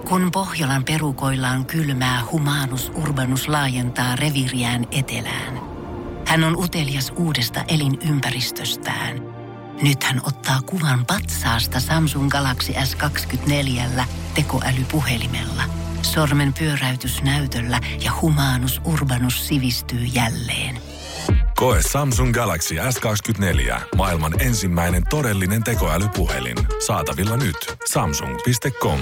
Kun Pohjolan perukoillaan kylmää, Humanus Urbanus laajentaa reviiriään etelään. Hän on utelias uudesta elinympäristöstään. Nyt hän ottaa kuvan patsaasta Samsung Galaxy S24 tekoälypuhelimella. Sormen pyöräytys näytöllä ja Humanus Urbanus sivistyy jälleen. Koe Samsung Galaxy S24. Maailman ensimmäinen todellinen tekoälypuhelin. Saatavilla nyt. Samsung.com.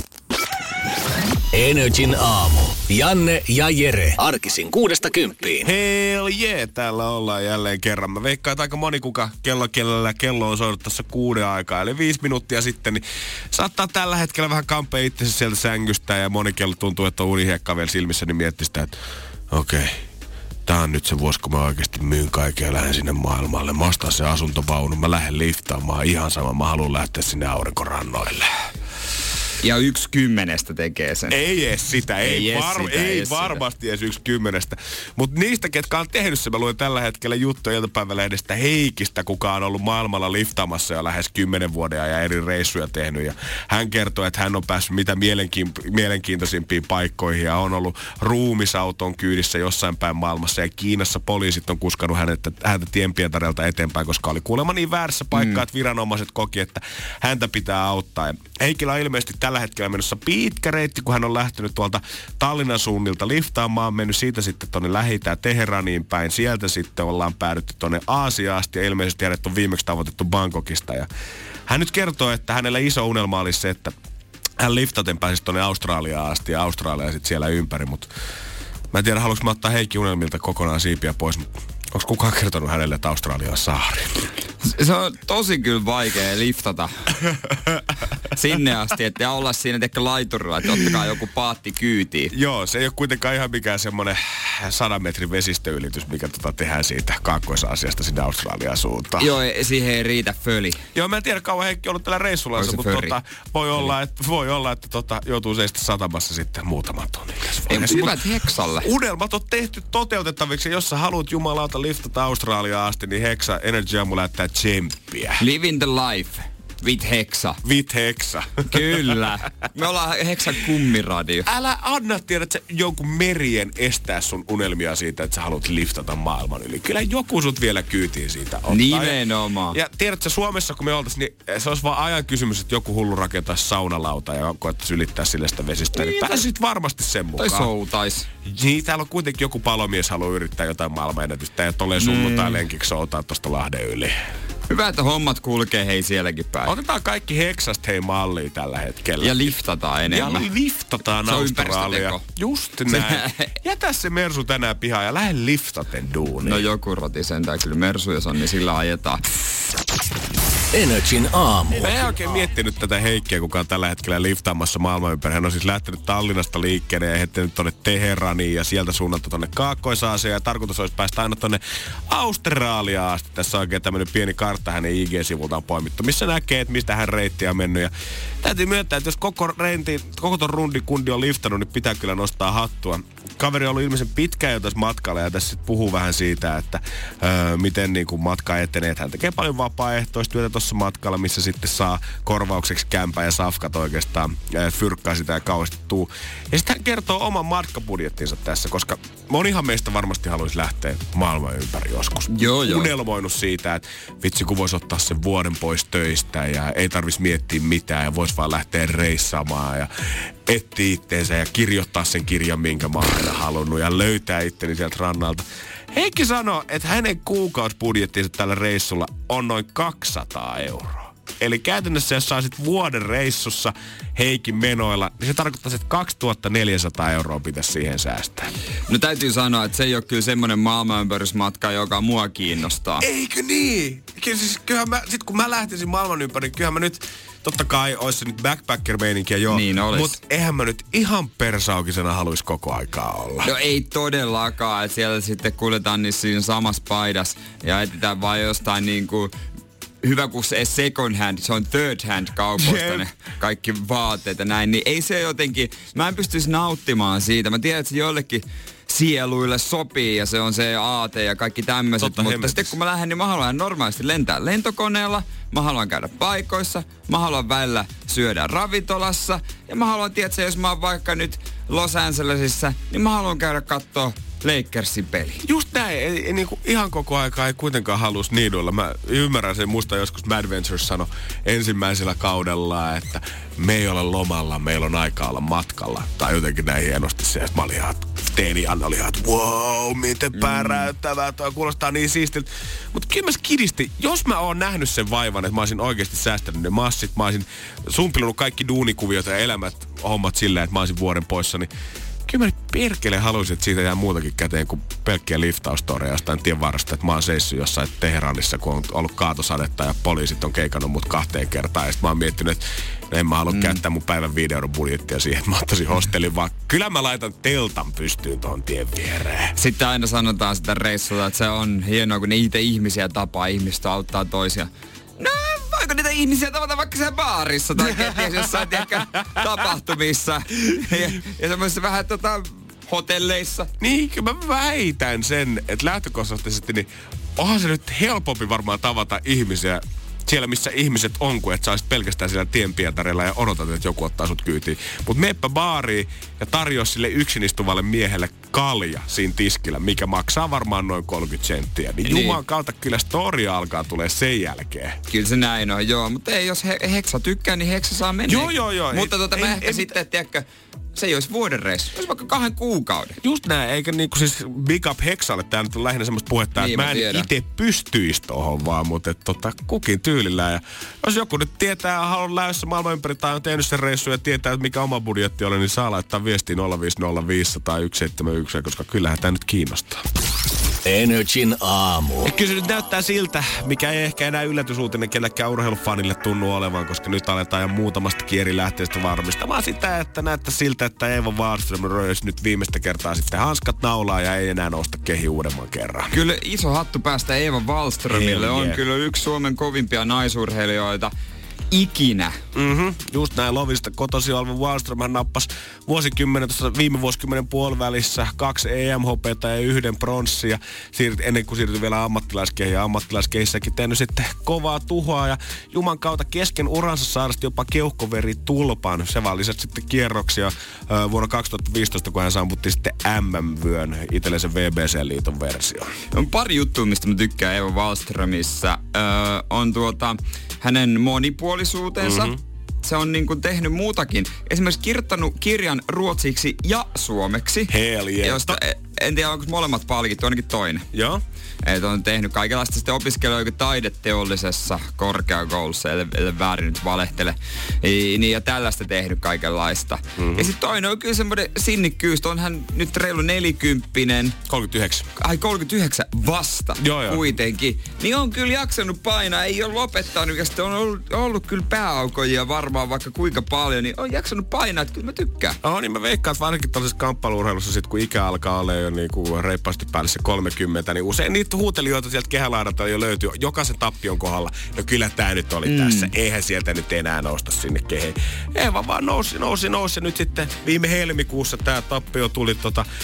NRJ:n aamu. Janne ja Jere. Arkisin 6–10. Hell yeah, täällä ollaan jälleen kerran. Mä veikkaan, että aika moni kuka kello on soinut tässä 6 aikaa, eli 5 minuuttia sitten, niin saattaa tällä hetkellä vähän kampea itsensä sieltä sängystä ja moni kello tuntuu, että on unihiekka vielä silmissä, niin miettii sitä, että okei. Tää on nyt se vuosi, kun mä oikeasti myyn kaiken ja lähden sinne maailmalle. Mä ostan se asuntovaunu, mä lähden liftaamaan ihan sama. Mä haluan lähteä sinne aurinkorannoille. Ja 1/10 tekee sen. Ei edes sitä, ei varmasti edes 1/10. Mutta niistä, ketkä on tehnyt se, mä luen tällä hetkellä juttuja iltapäivälehdestä Heikistä, kuka on ollut maailmalla liftaamassa jo lähes 10 vuoden ja eri reissuja tehnyt. Ja hän kertoo, että hän on päässyt mitä mielenkiintoisimpiin paikkoihin ja on ollut ruumisauton kyydissä jossain päin maailmassa. Ja Kiinassa poliisit on kuskannut häntä tienpientareelta eteenpäin, koska oli kuulemma niin väärässä paikkaa, että viranomaiset koki, että häntä pitää auttaa. Ja Heikillä on ilmeisesti tällä hetkellä menossa pitkä reitti, kun hän on lähtenyt tuolta Tallinnan suunnilta liftaamaan, mennyt siitä sitten tuonne Lähi-Itään Teheraniin päin. Sieltä sitten ollaan päädytty tuonne Aasiaan asti ja ilmeisesti hänet on viimeksi tavoitettu Bangkokista. Ja hän nyt kertoo, että hänellä iso unelma olisi se, että hän liftaten pääsisi tuonne Australiaan asti ja Australia sitten siellä ympäri, mutta mä en tiedä, haluanko mä ottaa Heikki unelmilta kokonaan siipiä pois, mutta onko kukaan kertonut hänelle, että Australia on saari? Se on tosi kyllä vaikea liftata sinne asti, että olla siinä ehkä laiturilla, että ottakaa joku paatti kyytiin. Joo, se ei ole kuitenkaan ihan mikään semmoinen 100 metrin vesistöylitys, mikä tehdään siitä Kaakkois-Aasiasta sinne Australiaan suuntaan. Joo, siihen ei riitä föli. Joo, mä en tiedä kauan Heikki on ollut tällä reissulla, mutta voi olla, että joutuu seistä satamassa sitten muutaman tunnin. Ei, mutta hyvät Heksalle. Unelmat on tehty toteutettaviksi, jos sä haluat jumalauta liftata Australiaan asti, niin Hexa Energy aamu lähettää tsemppiä. Living the life. With Hexa. With Hexa. Kyllä. Me ollaan Hexan kummiradio. Älä anna tiedä, että jonkun merien estää sun unelmia siitä, että sä haluat liftata maailman yli. Kyllä joku sut vielä kyytiin siitä ottaa. Nimenomaan. Ja tiedätkö, Suomessa kun me oltais, niin se olisi vaan ajan kysymys, että joku hullu rakentaisi saunalauta ja koettaisi ylittää sille sitä vesistä. Niin pääsit varmasti sen mukaan. Tai soutais. Niin, täällä on kuitenkin joku palomies haluaa yrittää jotain maailmanennätystä ja tolleen sunnuntai lenkiksi soutaa tosta Lahden yli. Hyvä, että hommat kulkee hei sielläkin päin. Otetaan kaikki Hexasta hei mallia tällä hetkellä. Ja liftataan enemmän. Ja liftataan Australia. Just näin. Jätä se Mersu tänään pihaan ja lähde liftaten duuniin. No joku roti sentään. Kyllä Mersu jos on, niin sillä ajetaan. NRJ:n aamu. Mä en oikein miettinyt tätä Heikkiä, kuka on tällä hetkellä liftaamassa maailman ympäri. Hän on siis lähtenyt Tallinnasta liikkeelle ja heittänyt tonne Teheraniin ja sieltä suunnattu tonne Kaakkois-Aasiaan. Ja tarkoitus olisi päästä aina tonne Australiaan asti. Tässä on oikein tämmönen pieni kartta hänen IG-sivultaan poimittu, missä näkee, että mistä hän reittiä on mennyt. Ja täytyy myöntää, että jos koko ton rundikundi on liftannut, niin pitää kyllä nostaa hattua. Kaveri on ollut ilmeisen pitkään jo tässä matkalla ja tässä sitten puhuu vähän siitä, että miten niin kuin matka etenee. Että hän tekee paljon vapaaehtoistyötä tuossa matkalla, missä sitten saa korvaukseksi kämpää ja safkat oikeastaan fyrkkaa sitä ja kauheasti tuu. Ja sitten hän kertoo oman matkabudjettinsa tässä, koska monihan meistä varmasti haluaisi lähteä maailman ympäri joskus. Joo. Unelmoinut siitä, että vitsi kun voisi ottaa sen vuoden pois töistä ja ei tarvitsisi miettiä mitään ja voisi vaan lähteä reissaamaan ja etsiä itteensä ja kirjoittaa sen kirjan, minkä mä oon aina halunnut ja löytää itteni sieltä rannalta. Heikki sanoo, että hänen kuukausibudjettinsa tällä reissulla on noin 200 €. Eli käytännössä jos saisit vuoden reissussa Heikin menoilla, niin se tarkoittaisi, että 2400 € pitäisi siihen säästää. No täytyy sanoa, että se ei ole kyllä semmoinen maailmanympärysmatka, joka mua kiinnostaa. Eikö niin? Kyllähän kun mä lähtisin maailman ympäri, kyllähän mä nyt, totta kai olisi se nyt backpacker-meininkiä joo. Niin olisi. Mutta eihän mä nyt ihan persaukisena haluaisi koko aikaa olla. No ei todellakaan, että siellä sitten kuljetaan niin siinä samassa paidassa ja etsitään vaan jostain niinku hyvä kuin se second hand, se on third hand kaupoista ne kaikki vaatteet ja näin, niin ei se jotenkin, mä en pystyisi nauttimaan siitä. Mä tiedän, että se jollekin sieluille sopii ja se on se aate ja kaikki tämmöiset. Mutta hemmetis. sitten kun mä lähden, niin mä haluan normaalisti lentää lentokoneella, mä haluan käydä paikoissa, mä haluan välillä syödä ravintolassa ja mä haluan, tiedätkö, jos mä oon vaikka nyt Los Angelesissa, niin mä haluan käydä kattoo Lakersin peli. Just näin, ei niinku ihan koko aikaa ei kuitenkaan halus niiduilla. Mä ymmärrän sen, musta joskus Mad Ventures sanoi ensimmäisellä kaudella, että me ei ole lomalla, meillä on aikaa olla matkalla. Tai jotenkin näin hienosti se, että mä olin ihan, teini Anna oli ihan, että wow, miten pääräyttävää, toi kuulostaa niin siistiltä. Mutta kyllä mä skidistin, jos mä oon nähnyt sen vaivan, että mä olisin oikeasti säästänyt ne massit, mä olisin sumpilunut kaikki duunikuviot ja elämät, hommat silleen, että mä olisin vuoden poissa, niin kyllä mä nyt perkele haluaisin, että siitä jää muutakin käteen kuin pelkkiä liftaustoreja jostain tien varresta, että mä oon seissyt jossain Teheranissa, kun on ollut kaatosadetta ja poliisit on keikannut mut 2 kertaa. Ja sit mä oon miettinyt, että no en mä halua käyttää mun päivän 5 € budjettia siihen, että mä ottaisin hostellin, vaan kyllä mä laitan teltan pystyyn tuohon tien viereen. Sitten aina sanotaan sitä reissulla, että se on hienoa, kun niitä ihmisiä tapaa, ihmistä auttaa toisia. No, voiko niitä ihmisiä tavata vaikka siellä baarissa tai kenties jossain tapahtumissa ja semmoisissa vähän hotelleissa? Niin, kyllä mä väitän sen, että lähtökohtaisesti niin onhan se nyt helpompi varmaan tavata ihmisiä siellä, missä ihmiset on, kuin että sä olisit pelkästään siellä tienpientareilla ja odotat, että joku ottaa sut kyytiin. Mut meppä baariin ja tarjoa sille yksin istuvalle miehelle kalja siinä tiskillä, mikä maksaa varmaan noin 30 senttiä. Niin juman kautta kyllä storia alkaa tulee sen jälkeen. Kyllä se näin on, joo. Mutta ei, jos Heksa tykkää, niin Heksa saa mennä. Joo. Mutta mä ehkä sitten, tiedätkö, se ei olisi vuoden reissu. Se olisi vaikka 2 kuukauden. Just näin, eikä niinku siis big up Heksalle. Tää nyt on lähinnä semmoista puhetta, niin, että mä en itse pystyisi tohon vaan, mutta kukin tyylillään. Ja jos joku nyt tietää, haluan lähdössä maailman ympäri tai on tehnyt sen reissun ja tietää, että mikä oma budjetti oli, niin saa laittaa viestiin 05050 tai 171, koska kyllähän tää nyt kiinnostaa. Energin aamu. Ja kyllä se nyt näyttää siltä, mikä ei ehkä enää yllätysuutinen kenellekään urheilufanille tunnu olevan, koska nyt aletaan jo muutamastakin eri lähteestä varmistamaan sitä, että näyttää siltä, että Eeva Wahlström röisi nyt viimeistä kertaa sitten hanskat naulaa ja ei enää nousta kehi uudemman kerran. Kyllä iso hattu päästä Eeva Wahlströmille. On kyllä yksi Suomen kovimpia naisurheilijoita ikinä. Just näin Lovista kotosi oleva Wahlström, hän nappasi viime vuosikymmenen puolivälissä 2 EM-hopeata ja 1 pronssia ennen kuin siirtyi vielä ammattilaiskeihin. Ja ammattilaiskeissäkin tehnyt sitten kovaa tuhoa ja juman kautta kesken uransa sairasti jopa keuhkoveritulpan. Se vaan lisäsi sitten kierroksia vuonna 2015, kun hän saavutti sitten MM-vyön itsellisen VBC-liiton versio. On pari juttua, mistä mä tykkään Eeva Wahlströmissä. On hänen monipuolisuutensa. Se on niin kuin tehnyt muutakin. Esimerkiksi kirjoittanut kirjan ruotsiksi ja suomeksi. Hell yeah. Josta en tiedä, onko molemmat palkittu, ainakin toinen. Joo. Että on tehnyt kaikenlaista sitten opiskelua taideteollisessa korkeakoulussa, ellei väärin nyt valehtele. Niin ja tällaista tehnyt kaikenlaista. Ja sitten toinen on kyllä semmoinen sinnikkyys. On hän nyt reilu 40. 39. Ai 39 vasta joo. Kuitenkin. Niin on kyllä jaksanut painaa, ei ole lopettanut. Ja sitten on ollut kyllä pääaukoja varmaan vaikka kuinka paljon. Niin on jaksanut painaa, että kyllä mä tykkään. Niin mä veikkaan, että varsinkin tällaisessa kamppailuurheilussa sit kun ikä alkaa olla jo niinku reippaasti päälle se 30, niin usein niitä huutelijoita sieltä kehälaidalta jo löytyy jokaisen tappion kohdalla. No kyllä tää nyt oli tässä. Eihän sieltä nyt enää nousta sinne keheen. Eeva vaan nousi. Ja nyt sitten viime helmikuussa tää tappio tuli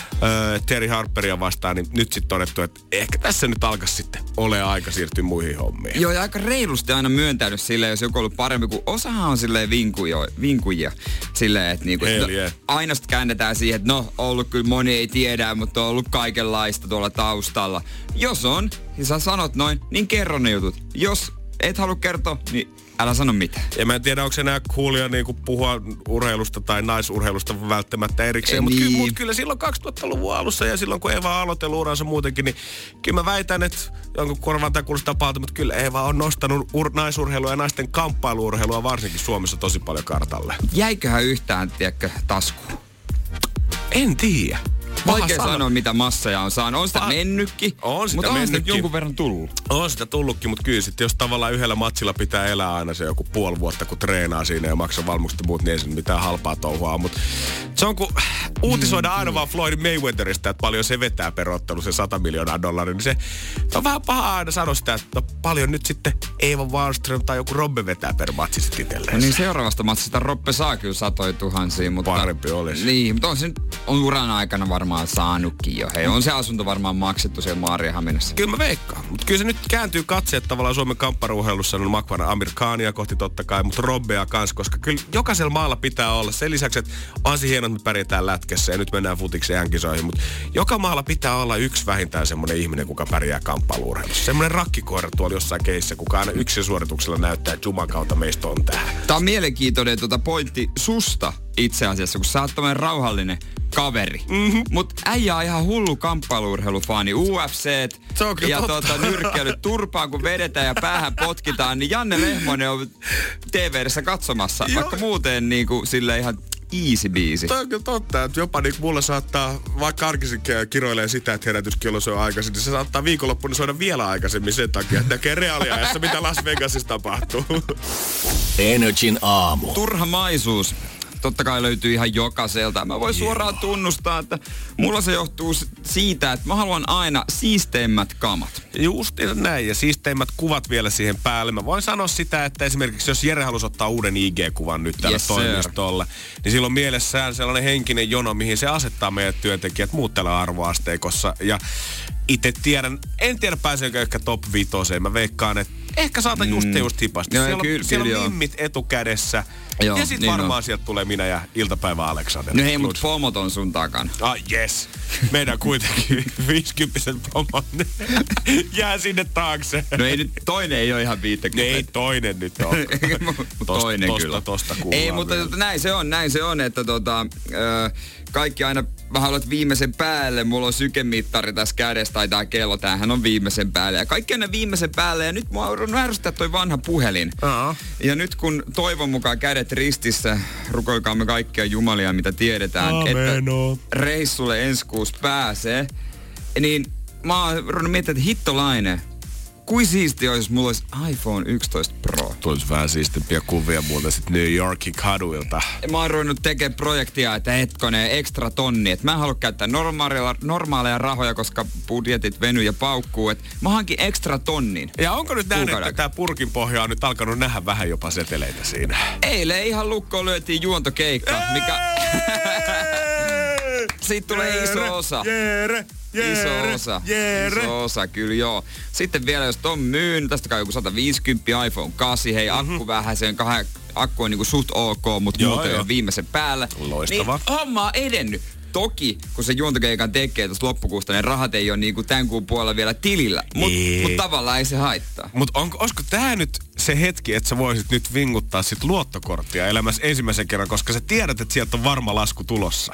Terry Harperia vastaan, niin nyt sitten todettu, että ehkä tässä nyt alkaisi sitten ole aika siirtyä muihin hommiin. Joo, ja aika reilusti aina myöntänyt silleen, jos joku on ollut parempi, kun osahan on silleen vinkujia. Silleen, että niinku, aina sitten käännetään siihen, että no, ollut kyllä moni ei tiedä, mutta on ollut kaikenlaista tuolla taustalla. Jos on, ja sä sanot noin, niin kerro ne jutut. Jos et halua kertoa, niin älä sano mitään. Ja mä en tiedä, onko enää coolia niinku puhua urheilusta tai naisurheilusta välttämättä erikseen. Mutta kyllä silloin 2000-luvun alussa ja silloin kun Eeva on aloitellut uransa muutenkin, niin kyllä mä väitän, että jonkun korvaan tai kuulostaa pahalta, mutta kyllä Eeva on nostanut naisurheilua ja naisten kamppailuurheilua varsinkin Suomessa tosi paljon kartalle. Jäiköhän yhtään, tiedätkö, taskuun? En tiedä. Vaikea sanoa, mitä masseja on saanut. On sitä mennytkin, mutta on sitä jonkun verran tullut. On sitä tullutkin, mutta kyllä sitten, jos tavallaan yhdellä matsilla pitää elää aina se joku puoli vuotta, kun treenaa siinä ja maksaa valmukset ja muut, niin ei se mitään halpaa touhua. Mutta se on kun uutisoidaan aina vaan Floyd Mayweatherista, että paljon se vetää per ottelu, se $100 miljoonaa, niin se on vähän paha aina sanoa sitä, että paljon nyt sitten Eva Wallström tai joku Robbe vetää per matsi sitten itselleen. No niin seuraavasta matsista Robbe saa kyllä 100,000, mutta... Parempi olisi. Niin, mutta on uran aikana varmaan saanutkin jo. Hei, on se asunto varmaan maksettu siellä Maarianhaminassa. Kyllä mä veikkaan. Mutta kyllä se nyt kääntyy katseet tavallaan Suomen kampparuuheilussa on Makvan Amir Khania kohti totta kai, mutta Robbea kanssa, koska kyllä jokaisella maalla pitää olla. Sen lisäksi, että on hienoa, että me pärjätään lätkässä ja nyt mennään futikseen ja kisoihin, mutta joka maalla pitää olla yksi vähintään semmoinen ihminen, kuka pärjää kamppailuurheilussa. Semmoinen rakkikoira tuolla jossain keissä, kuka aina yksin suorituksella näyttää, että Juman kautta meistä on tää. Tää on mielenkiintoinen pointti susta itse asiassa, kun sä oot tämmöinen rauhallinen kaveri. Mut äijä on ihan hullu kamppailuurheilufani. UFCt ja nyrkkeilyt turpaan, kun vedetään ja päähän potkitaan, niin Janne Lehmonen on TV:ssä katsomassa. Joo. Vaikka muuten niinku sille ihan easy biisi. Toi on kyllä totta, että jopa niin mulle saattaa, vaikka arkisin kiroilee sitä, että herätyskello soi aikaisin, niin se saattaa viikonloppuna soida vielä aikaisemmin sen takia, että näkee reaaliajassa, mitä Las Vegasissa tapahtuu. Energin aamu. Turhamaisuus. Totta kai löytyy ihan jokaiselta. Mä voin suoraan tunnustaa, että mulla se johtuu siitä, että mä haluan aina siisteimmät kamat. Just näin, ja siisteimmät kuvat vielä siihen päälle. Mä voin sanoa sitä, että esimerkiksi jos Jere halusi ottaa uuden IG-kuvan nyt tällä toimistolla, niin silloin mielessään sellainen henkinen jono, mihin se asettaa meidät työntekijät muuttella arvoasteikossa. Ja itse en tiedä pääseekö ehkä top 5. Mä veikkaan, että ehkä saatan just hipasta. No, siellä on mimmit etukädessä. Joo, ja sit niin varmaan sieltä tulee minä ja iltapäivä Aleksander. No hei, mut FOMOt on sun takana. Yes. Meidän kuitenkin 50 pomot jää sinne taakse. No ei nyt, toinen ei ole ihan 50. Ei toinen nyt on. Toinen kyllä. Tosta kuullaan. Ei, mutta näin se on, että kaikki aina vähän olet viimeisen päälle. Mulla on sykemittari tässä kädessä tai tää kello. Tämähän on viimeisen päälle. Ja kaikki aina viimeisen päälle. Ja nyt mua on ärsyttää toi vanha puhelin. Ja nyt kun toivon mukaan kädet ristissä, rukoilkaamme kaikkia jumalia, mitä tiedetään, että reissulle ensi kuussa pääsee. Niin mä oon ruvennut miettimään, että hittolainen. Kuin siisti olisi, jos mulla olisi iPhone 11 Pro. Tulisi vähän siistimpiä kuvia muuten sit New Yorkin kaduilta. Mä oon ruvennut tekemään projektia, että hetkonen ekstra tonni. Et mä en halua käyttää normaaleja rahoja, koska budjetit venyy ja paukkuu. Et mä hankin ekstra tonnin. Ja onko nyt näin, että tää purkin pohja on nyt alkanut nähdä vähän jopa seteleitä siinä? Eilen ihan lukkoon lyötiin juontokeikka, mikä... Siitä tulee iso osa. Iso osa, kyllä joo. Sitten vielä, jos ton myyn, tästä kai joku 150, iPhone 8, hei, akku vähän, akku on niinku suht ok, mutta muuten on viimeisen päällä. Loistava. Niin homma on edennyt. Toki, kun se juontokeikan tekee tuossa loppukuusta, niin rahat ei ole niinku tämän kuun puolella vielä tilillä. Mut tavallaan ei se haittaa. Mut olisiko tää nyt se hetki, että sä voisit nyt vinguttaa sit luottokorttia elämässä ensimmäisen kerran, koska sä tiedät, että sieltä on varma lasku tulossa?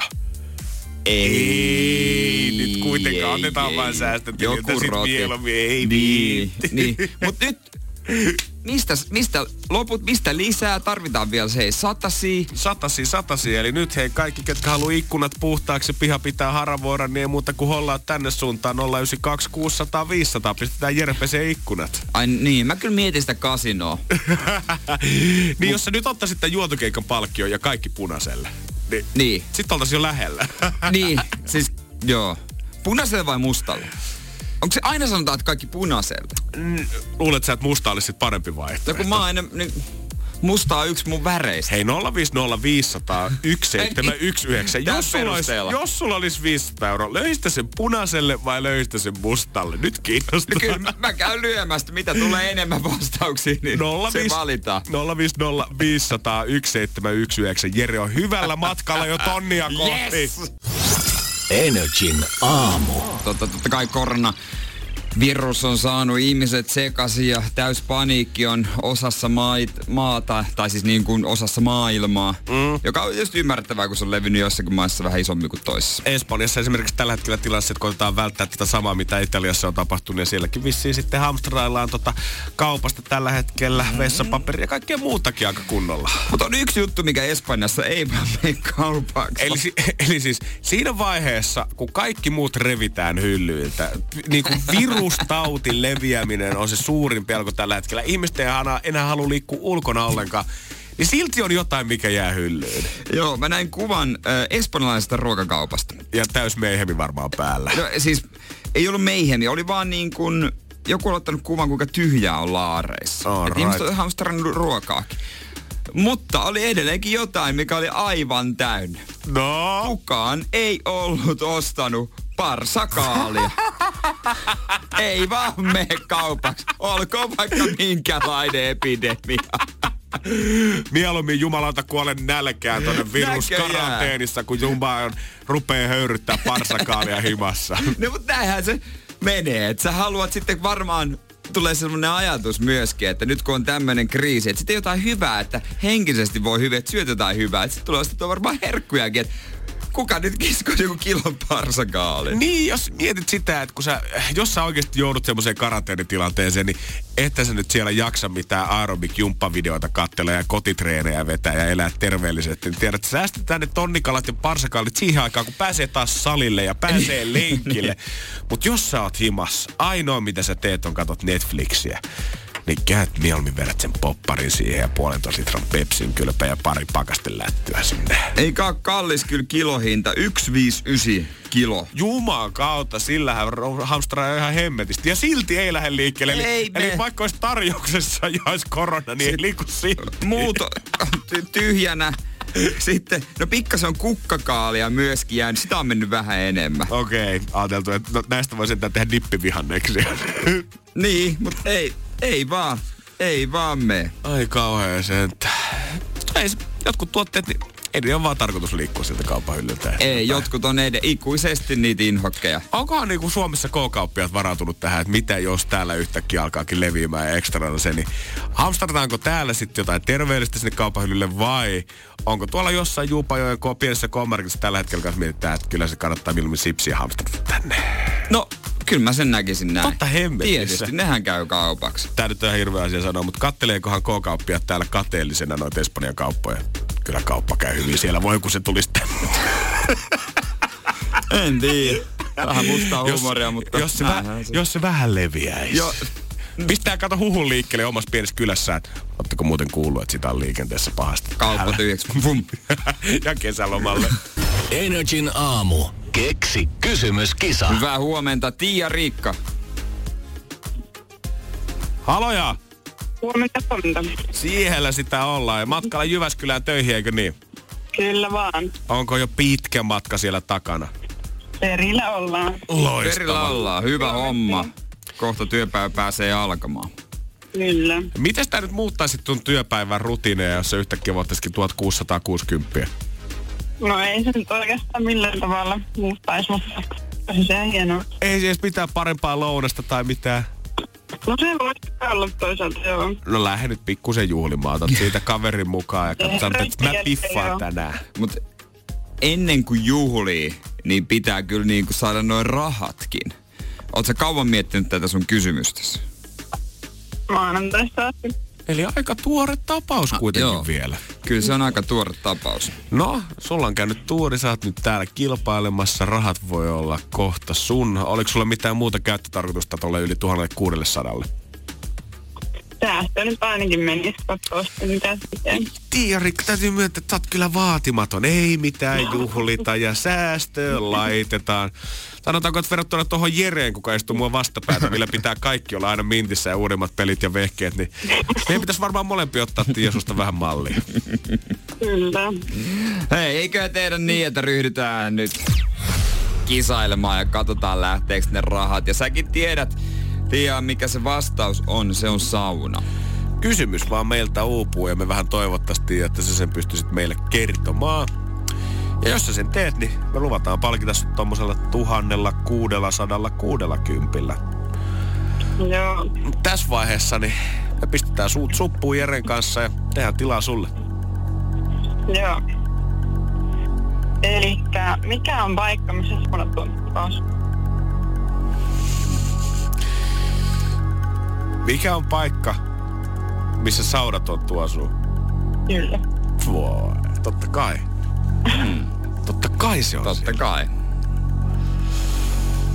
Ei, nyt kuitenkaan annetaan vain säästötililtä sit mieluummin, ei niin. Mut nyt, mistä loput, mistä lisää? Tarvitaan vielä se Satasia, eli nyt hei kaikki, ketkä haluaa ikkunat puhtaaksi, piha pitää haravoida, niin ei muuta kuin hollaa tänne suuntaan 092 600 500, pistetään Jere pesee ikkunat. Ai niin, mä kyllä mietin sitä kasinoa. Niin jos sä nyt ottaisit tämän juontokeikan palkkion ja kaikki punaiselle. Niin. Sitten oltaisiin jo lähellä. Niin, siis joo. Punaiselle vai mustalle? Onko se aina sanotaan, että kaikki punaiselle? Luulet sä, että musta olisi sit parempi vaihtoehto? No kun mä oon aina... Niin, musta on yksi mun väreistä. Hei 050 500 1719. Jos sulla olisi 500 €, löistä sen punaiselle vai löistä sen mustalle? Nyt kiinnostaa. No kyllä mä käyn lyömästä. Mitä tulee enemmän vastauksia, niin se valitaan. 050 500 1719. Jere on hyvällä matkalla jo tonnia kohti. Yes! Energin aamu. Totta kai virus on saanut ihmiset sekaisin ja täys paniikki on osassa maata, tai siis niin kuin osassa maailmaa, joka on just ymmärrettävää, kun se on levinnyt jossakin maissa vähän isommin kuin toisessa. Espanjassa esimerkiksi tällä hetkellä tilassa, että koitetaan välttää tätä samaa, mitä Italiassa on tapahtunut, ja sielläkin vissiin sitten hamstraillaan kaupasta tällä hetkellä vessapaperia ja kaikkea muutakin aika kunnolla. Mutta on yksi juttu, mikä Espanjassa ei vaan mene kaupaksi. Eli siis siinä vaiheessa, kun kaikki muut revitään hyllyiltä, niin kuin virustautin leviäminen on se suurin pelko tällä hetkellä. Ihmiset ei enää halua liikkua ulkona ollenkaan. niin silti on jotain, mikä jää hyllyyn. Joo, mä näin kuvan espanjalaisesta ruokakaupasta. Ja täys meihemi varmaan päällä. No siis, ei ollut meihemi, oli vaan niin kuin... Joku on ottanut kuvan, kuinka tyhjää on laareissa. Että ihmiset on hamstrannut ruokaakin. Mutta oli edelleenkin jotain, mikä oli aivan täynnä. No? Kukaan ei ollut ostanut parsakaalia. Ei vaan mene kaupaksi. Olkoon vaikka minkälainen epidemia. Mieluummin jumalauta kuolen nälkään tonne viruskaranteenissa, kun Jumba rupee höyryttää parsakaalia himassa. No mutta näinhän se menee. Että sä haluat sitten varmaan... Tulee sellainen ajatus myöskin, että nyt kun on tämmöinen kriisi, että sitten jotain hyvää, että henkisesti voi hyvin, että syöt jotain hyvää. Että sitten tulee sitten varmaan herkkujakin, että kuka nyt kiskoisi joku kilon parsakaalin? Niin, jos mietit sitä, että jos sä oikeasti joudut semmoiseen karanteenitilanteeseen, niin että sä nyt siellä jaksa mitään aerobik-jumppavideoita katsella ja kotitreenejä vetää ja elää terveellisesti. Niin tiedät, että säästetään ne tonnikalat ja parsakaalit siihen aikaan, kun pääsee taas salille ja pääsee lenkille. Mutta jos sä oot himassa, ainoa mitä sä teet on katot Netflixiä. Niin käyt mieluummin vedät sen popparin siihen ja 1,5 litran Pepsin kylpä ja pari pakastelättyä sinne. Eikä ole kallis kyllä kilohinta, 1,59 kilo. Juman kautta, sillähän hamstraa ihan hemmetisti. Ja silti ei lähde liikkeelle. Eli vaikka olisi tarjouksessa ja olisi korona, niin ei liiku silti. Muut tyhjänä. Sitten, no pikkasen on kukkakaalia myöskin jäänyt. Sitä on mennyt vähän enemmän. Okei, ajateltu, että näistä voisi tehdä dippivihanneksi. Niin, mutta ei vaan mene. Ai kauhea sentä. Jotkut tuotteet, niin ei ne ole vaan tarkoitus liikkua sieltä kaupan hyllyltä. Ei, jotkut on ikuisesti niitä inhokkeja. Onkohan niinku Suomessa K-kauppiaat varautunut tähän, että mitä jos täällä yhtäkkiä alkaakin leviämään ja ekstrana se, niin hamstrataanko täällä sitten jotain terveellistä sinne kaupan hyllylle vai onko tuolla jossain Juupajoen pienessä K-marketissa tällä hetkellä kanssa mietitään, että kyllä se kannattaa mieluummin sipsiä hamstrata tänne? No, kyllä mä sen näkisin näin. Totta hemmetissä. Tietysti, nehän käy kaupaksi. Tää nyt on ihan hirveä asia sanoa, mutta katteleekohan K-kauppiaat täällä kateellisena noita Espanjan kauppoja? Kyllä kauppa käy hyvin siellä. Voi kun se tulisi tänne. En tiedä. Vähän mustaa huumoria, mutta... Jos se vähän leviäisi. Pistää kato huhun liikkeelle omassa pienessä kylässään. Ootteko muuten kuullut, että sitä on liikenteessä pahasti? Kauppa tyhjäksi. Ja kesälomalle. Energin aamu. Keksi kysymyskisa. Hyvää huomenta, Tiia Riikka. Haloja! Huomenta. Siellä sitä ollaan. Ja matkalla Jyväskylään töihin, eikö niin? Kyllä vaan. Onko jo pitkä matka siellä takana? Perillä ollaan. Loistavaa. Perillä ollaan. Hyvä homma. Kohta työpäivä pääsee alkamaan. Kyllä. Mites tää nyt muuttaisi tuon työpäivän rutiineja, jos se yhtäkkiä voittaisikin 1660? No ei se nyt oikeastaan millään tavalla muuttaisi, mutta se on hienoa. Ei siis mitään parempaa lounasta tai mitään. No se voisi olla toisaalta, joo. No lähde nyt pikkusen juhlimaan, otat siitä kaverin mukaan ja katsotaan, että mä piffaan tänään. Mut ennen kuin juhlii, niin pitää kyllä niinku saada noin rahatkin. Oot sä kauan miettinyt tätä sun kysymystäsi? Maanantaista asti. Eli aika tuore tapaus kuitenkin vielä. Kyllä se on aika tuore tapaus. No, sulla on käynyt tuuri, sä oot nyt täällä kilpailemassa, rahat voi olla kohta sun. Oliko sulla mitään muuta käyttötarkoitusta tuolle yli 1600? Säästö nyt ainakin menisi, katsoa mitä sitten. Tiia Riikka, täytyy myöntää, että sä oot kyllä vaatimaton. Ei mitään juhlita ja säästöön laitetaan. Sanotaanko, että verrattuna tuohon Jereen, kuka istuu mua vastapäätä, millä pitää kaikki olla aina mintissä ja uudemmat pelit ja vehkeet, niin meidän pitäisi varmaan molempia ottaa Tiia susta vähän mallia. Kyllä. Hei, eiköhän tehdä niin, että ryhdytään nyt kisailemaan ja katsotaan lähteekö ne rahat. Ja säkin tiedät, Tiia, mikä se vastaus on, se on sauna. Kysymys vaan meiltä uupuu ja me vähän toivottavasti, että sä sen pystyisit meille kertomaan. Ja jos sä sen teet, niin me luvataan palkita sut tommosella 1660. Joo. Tässä vaiheessa niin me pistetään suut suppuun Jeren kanssa ja tehdään tilaa sulle. Joo. Elikkä mikä on paikka, missä saunat asuu? Mikä on paikka, missä saunatonttu asuu? Kyllä. Voi, totta kai. Totta kai se on Totta siellä. kai.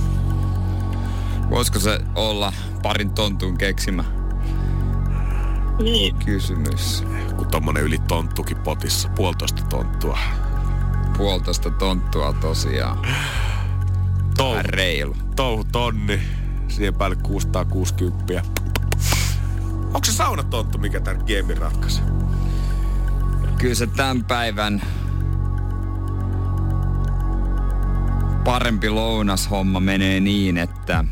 Voisiko se olla parin tontun keksimä? Niin. kysymys. Kun tommonen yli tonttukin potissa. 1,5 tonttua. 1,5 tonttua tosiaan. Reilu. Touhu tonni. Siihen päälle 660. Onko se saunatonttu, mikä tän gamein ratkaisi? Kyllä se tämän päivän parempi lounashomma menee niin, että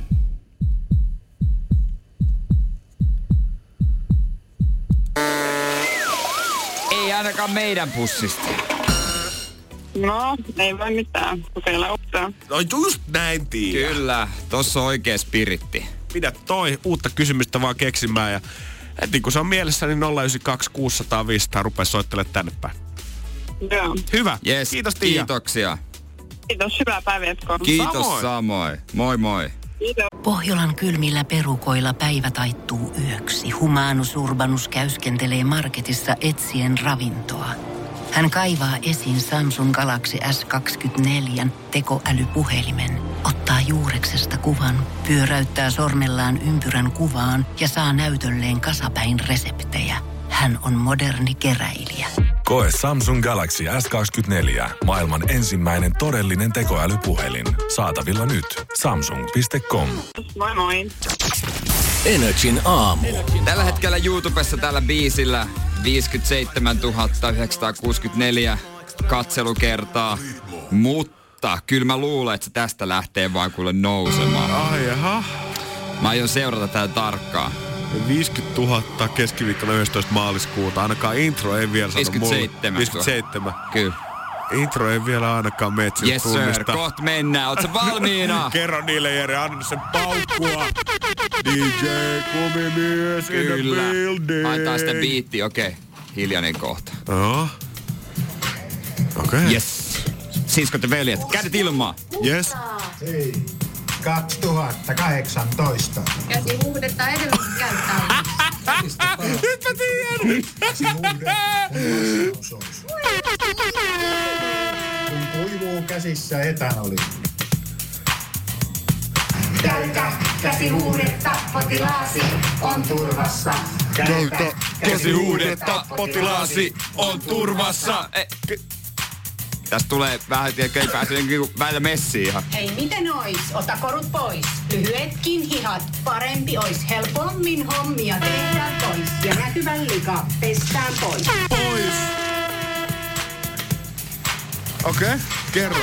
ei ainakaan meidän pussista. No, ei voi mitään. Kokeilla ottaa. No just näin, Tiia. Kyllä, tossa on oikea spiritti. Pidä toi uutta kysymystä vaan keksimään ja heti kun se on mielessä, niin 092 600 500 rupea soittelemaan tänne päin. Joo. Hyvä. Yes, Kiitos, Tiia. Kiitoksia. Kiitos, hyvää päivänjatkoa. Kiitos samoin. Moi moi. Kiitos. Pohjolan kylmillä perukoilla päivä taittuu yöksi. Humanus Urbanus käyskentelee marketissa etsien ravintoa. Hän kaivaa esiin Samsung Galaxy S24 tekoälypuhelimen, ottaa juureksesta kuvan, pyöräyttää sormellaan ympyrän kuvaan ja saa näytölleen kasapäin reseptejä. Hän on moderni keräilijä. Koe Samsung Galaxy S24. Maailman ensimmäinen todellinen tekoälypuhelin. Saatavilla nyt. Samsung.com. Moi moi. Energin aamu. Tällä hetkellä YouTubessa tällä biisillä 57 964 katselukertaa, mutta kyllä mä luulen, että se tästä lähtee vaan kuule nousemaan. Ai jaha. Mä aion seurata tätä tarkkaan. 50 000 keskiviikkona 11. maaliskuuta. Ainakaan intro ei vielä sano 57. 57. Kyllä. Intro ei vielä ainakaan metsin Yes sir, kohta mennään. Ootko valmiina? Kerro niille, Jere, anna sen paukkua. DJ Kumimies in the building. Haetaan sitä biitti, okei. Hiljainen kohta. Joo. Okei. Yes. Siskot ja veljet, kädet ilmaa. Yes. Hei, 2018. Käsi huuhdetta edelleen käyttää. Nyt mä tiedän. Käsi huuhde on vastaus. Kun kuivuu käsissä etanoli. Käytä käsi huuhdetta, potilaasi on turvassa. Käytä käsihuudetta, potilaasi on turvassa. Tästä tulee vähän, ei pääse välillä messiin ihan. Hei, miten ois? Ota korut pois. Lyhyetkin hihat. Parempi ois. Helpommin hommia tehdään pois. Ja näkyvän lika pestään pois. Pois. Okei, kerro.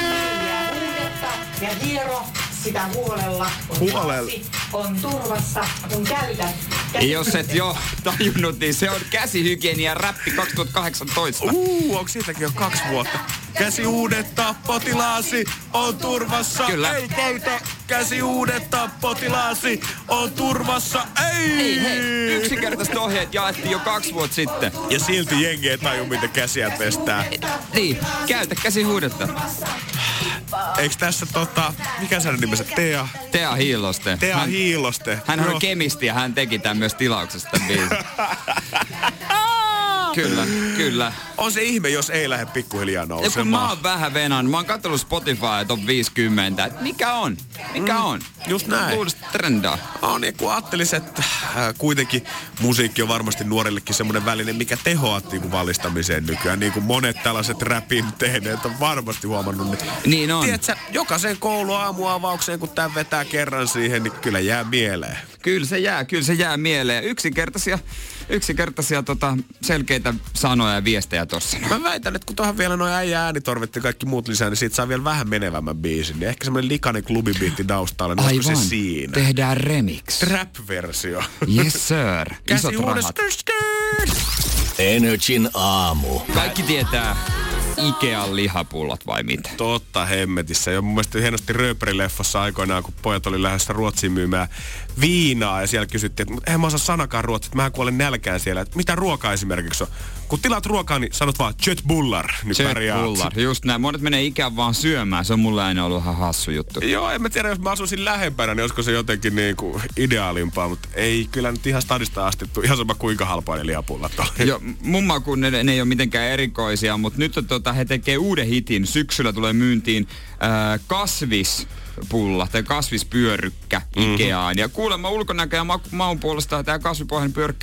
Ja hiero sitä huolella. Huolella. On turvassa, kun käytät. Jos et jo tajunnut, niin se on käsihygienia räppi 2018. Onko siitäkin jo 2 vuotta? Käsihuudetta, potilaasi on turvassa. Kyllä. Ei käytä käsihuudetta, potilaasi on turvassa. Ei! Hei, yksinkertaiset ohjeet jaettiin jo 2 vuotta sitten. Ja silti jengi ei taju, miten käsiä pestää. Niin, käytä käsihuudetta. Eiks tässä mikä se on nimensä? Tea Hiiloste. Tea Hiiloste. Hän on kemisti ja hän teki tämän myös tilauksesta tämän biisin. Kyllä. On se ihme, jos ei lähde pikkuhiljaa nousemaan. Ja kun mä oon vähän venan, mä oon katsellut Spotify top 50, että mikä on? Just näin. Uudesta trendaa. On, ja kun ajattelis, että kuitenkin musiikki on varmasti nuorillekin semmoinen väline, mikä tehoaa niin valistamiseen nykyään. Niin kuin monet tällaiset räpin tehneet on varmasti huomannut. Niin on. Tiedätkö, jokaisen kouluaamuavaukseen, kun tää vetää kerran siihen, niin kyllä jää mieleen. Kyllä se jää mieleen. Yksinkertaisia selkeitä sanoja ja viestejä tossa. Mä väitän, että kun tuohon vielä noin äijä äänitorvet ja kaikki muut lisää, niin siitä saa vielä vähän menevämmän biisin. Niin ehkä semmoinen likainen klubibiitti taustalle, niin se siinä. Tehdään remix. Trap-versio. Yes sir. Isot rahat. Energin aamu. Kaikki tietää Ikean lihapullot vai mitä? Totta hemmetissä. Ja mun mielestä hienosti Rööperi-leffassa aikoinaan, kun pojat oli lähdössä Ruotsiin myymään viinaa ja siellä kysyttiin, että eihän mä osaa sanakaan ruotsit, mähän kuolen nälkään siellä. Että mitä ruokaa esimerkiksi on? Kun tilaat ruokaa, niin sanot vaan Köttbullar, niin pärjäät. Köttbullar, just näin. Monet menee Ikean vaan syömään. Se on mulle aina ollut ihan hassu juttu. Joo, en mä tiedä, jos mä asuisin lähempänä, niin olisiko se jotenkin niinku ideaalimpaa, mutta ei kyllä nyt ihan stadista astettu. Ihan sama kuinka halpaa ne lihapullat on. Joo, mun makuun ne ei ole mitenkään erikoisia, mutta nyt he tekee uuden hitin. Syksyllä tulee myyntiin kasvispulla tai kasvispyörykkä Ikeaan. Ja kuulemma ulkonäkö ja maun puolesta tämä kasvipohjainen pyörykkä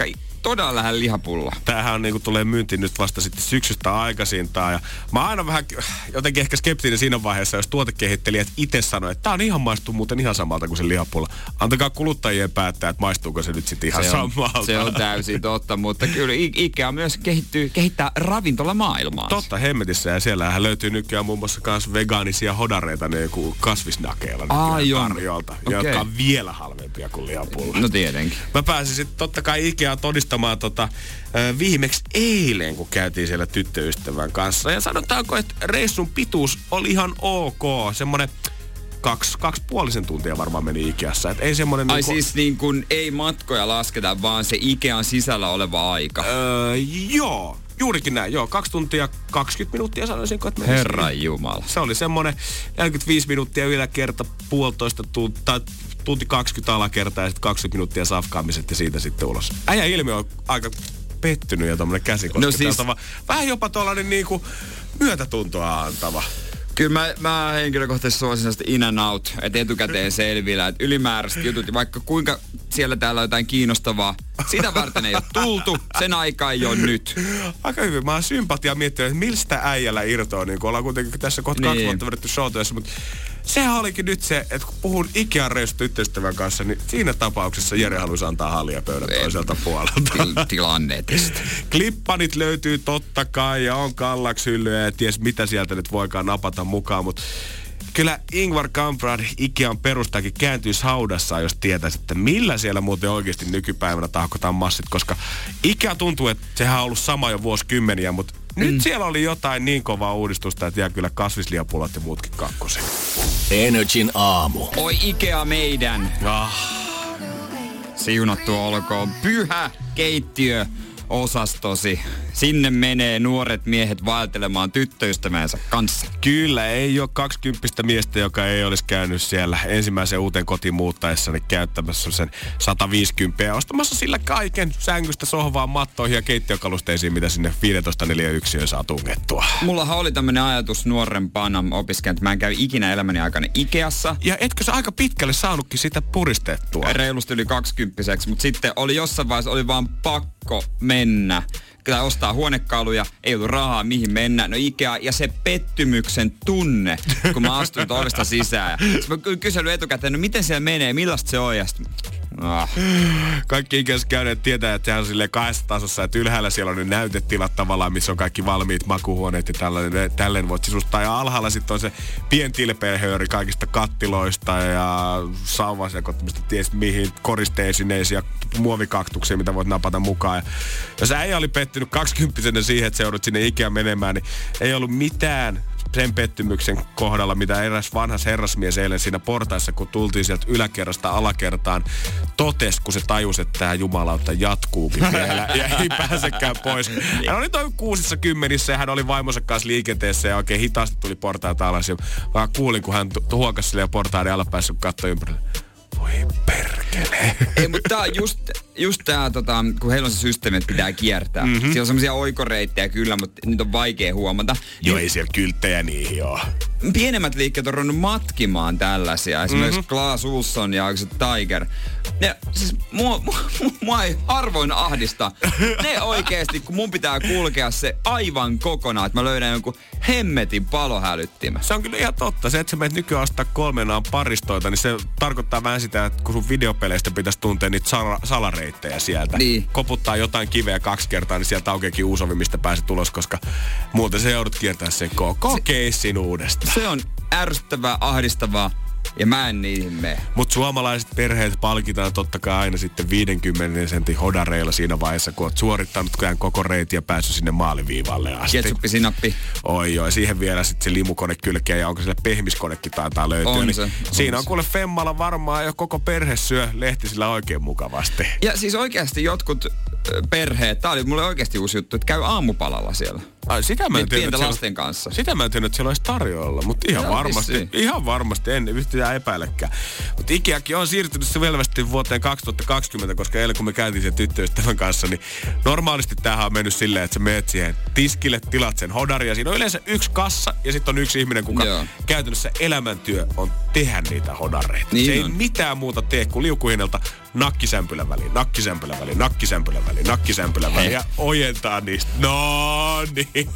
todella lähellä lihapulla. Tämähän on niinku tulee myyntiin nyt vasta sitten syksystä aikaisintaan. Ja mä oon aina vähän jotenkin ehkä skeptinen siinä vaiheessa, jos tuotekehittelijät itse sanoo, että tää on maistuu muuten ihan samalta kuin se lihapulla. Antakaa kuluttajien päättää, että maistuuko se nyt sitten ihan samalta. Se on täysin totta, mutta kyllä IKEA myös kehittää ravintolamaailmaa. Totta hemmetissä, ja siellähän löytyy nykyään muun muassa myös vegaanisia hodareita ne kasvisnakeilla tarjolta, jotka on vielä halvempia kuin lihapulla. No tietenkin. Mä pääsin sitten totta kai Ikeaan todistamaan viimeksi eilen, kun käytiin siellä tyttöystävän kanssa. Ja sanotaanko, että reissun pituus oli ihan ok. Semmoinen 2,5 tuntia varmaan meni Ikeassa. Et ei semmoinen siis niin kuin ei matkoja lasketa, vaan se Ikean sisällä oleva aika. Joo. Juurikin näin, 2 tuntia 20 minuuttia sanoisinko, että menisi. Herran jumala. Se oli semmoinen 45 minuuttia yläkerta, 1,5 tuntia, tunti 20 alakertaa ja sitten 20 minuuttia safkaamiset ja siitä sitten ulos. Äijän ilme on aika pettynyt ja tommonen käsikosketeltava. No siis vähän jopa tollanen niinku myötätuntoa antava. Kyllä mä henkilökohtaisesti suosin sitä in and out, että etukäteen selvillä, että ylimääräiset jutut, vaikka kuinka siellä täällä on jotain kiinnostavaa, sitä varten ei ole tultu, sen aika ei ole nyt. Aika hyvin, mä oon sympatiaa miettinyt, että mistä äijällä irtoa, niin kun ollaan kuitenkin tässä kohta 2 vuotta vedetty showtyössä, mutta sehän olikin nyt se, että kun puhun Ikean reissusta tyttöystävän kanssa, niin siinä tapauksessa Jere haluaisi antaa hallia pöydän toiselta puolelta. Tilanneetista. Klippanit löytyy totta kai ja on kallakshyllyjä ja ties mitä sieltä nyt voikaan napata mukaan, mutta kyllä Ingvar Kamprad Ikean perustakin kääntyisi haudassaan, jos tietäisi, että millä siellä muuten oikeasti nykypäivänä tahkotaan massit, koska Ikea tuntuu, että sehän on ollut sama jo vuosikymmeniä, mutta nyt siellä oli jotain niin kovaa uudistusta, että jää kyllä kasvislihapulat ja muutkin kakkosen. Energin aamu. Oi Ikea meidän. Siunattu olkoon pyhä keittiö osastosi. Sinne menee nuoret miehet vaeltelemaan tyttöystävänsä kanssa. Kyllä, ei ole 20 miestä, joka ei olisi käynyt siellä ensimmäisen uuteen kotiin muuttaessani käyttämässä sen 150 ja ostamassa sillä kaiken sängystä sohvaan, mattoihin ja keittiökalusteisiin, mitä sinne 15 neliöyksiöön saa tungettua. Mullahan oli tämmönen ajatus nuorempana opiskelijana, että mä en käy ikinä elämäni aikana Ikeassa. Ja etkö sä aika pitkälle saanutkin sitä puristettua? Reilusti yli 20-vuotiaaksi, mutta sitten oli jossain vaiheessa oli vaan pakko mennä. Kyllä ostaa huonekaluja, ei ollut rahaa mihin mennä. No Ikea ja se pettymyksen tunne, kun mä astuin ovesta sisään. Mä kyselin etukäteen, no miten siellä menee, millaista se on? Ja Kaikki ikäiset käyneet tietää, että sehän on silleen 2 tasossa, että ylhäällä siellä on nyt näytetilat tavallaan, missä on kaikki valmiit makuuhuoneet ja tälleen voit sisustaa. Ja alhaalla sitten on se pientilpehööri kaikista kattiloista ja sauvasekottimista, ties mihin, koristeesineisiin ja muovikaktuksiin, mitä voit napata mukaan. Ja jos äijä oli pettynyt 20-vuotiaana siihen, että se joudut sinne Ikeaan menemään, niin ei ollut mitään sen pettymyksen kohdalla, mitä eräs vanhas herrasmies eilen siinä portaissa, kun tultiin sieltä yläkerrasta alakertaan, totesi, kun se tajusi, että tämä jumalauta jatkuukin vielä ja ei pääsekään pois. Hän oli toi 60 ja hän oli vaimonsa kanssa liikenteessä ja oikein hitaasti tuli portaita alas. Ja vaan kuulin, kun hän huokasi silleen portaiden alapäässä, kun katsoi ympärille. Voi perkele. Ei, mutta tää on just tää, kun heillä on se systeemi, että pitää kiertää. Siellä on semmosia oikoreittejä kyllä, mutta niitä on vaikea huomata. Joo, ei siellä kylttejä niihin joo. Pienemmät liikkeet on ruvennut matkimaan tällaisia. Esimerkiksi Claes Olsson ja Tiger. Ne, siis mua ei harvoin ahdista. Ne oikeesti, kun mun pitää kulkea se aivan kokonaan, että mä löydän jonkun hemmetin palohälyttimä. Se on kyllä ihan totta. Se, että sä menet nykyään ostaa 3 paristoita, niin se tarkoittaa vähän sitä, että kun sun videopeleistä pitäisi tuntea niitä salareittejä sieltä. Niin. Koputtaa jotain kiveä 2 kertaa, niin sieltä aukeakin uusi ovi, mistä pääset ulos, koska muuten se joudut kiertämään sen koko keissin uudestaan. Se on ärsyttävää, ahdistavaa. Ja mä en niihin mene. Mut suomalaiset perheet palkitaan totta kai aina sitten 50 sentin hodareilla siinä vaiheessa, kun oot suorittanut koko reitin ja päässyt sinne maaliviivalle asti. Ketsuppi, sinappi. Oi joo, siihen vielä sitten se limukone kylkeä ja onko siellä pehmiskonekin taitaa löytyä. On niin se. Siinä on kuule Femmalla varmaan jo koko perhe syö lehtisillä oikein mukavasti. Ja siis oikeasti jotkut perheet, tää oli mulle oikeasti uusi juttu, että käy aamupalalla siellä. Ai, sitä mä en tiedä, pienten lasten kanssa. Sitä mä en tiedä, että siellä olisi tarjolla, mutta ihan varmasti, en yhtään epäilekään. Mutta Ikeakin on siirtynyt se selvästi vuoteen 2020, koska eilen kun me käytiin sen tyttöystävän kanssa, niin normaalisti tämähän on mennyt silleen, että sä menet siihen tiskille, tilat sen hodaria. Siinä on yleensä yksi kassa ja sitten on yksi ihminen, kuka käytännössä elämäntyö on tehdä niitä hodareita. Niin se ei mitään muuta tee kuin liukuhinnalta nakkisämpylän väliin, nakkisämpylän väliin, nakkisämpylän väliin, nakkisämpylän väliin ja ojentaa niistä. No niin.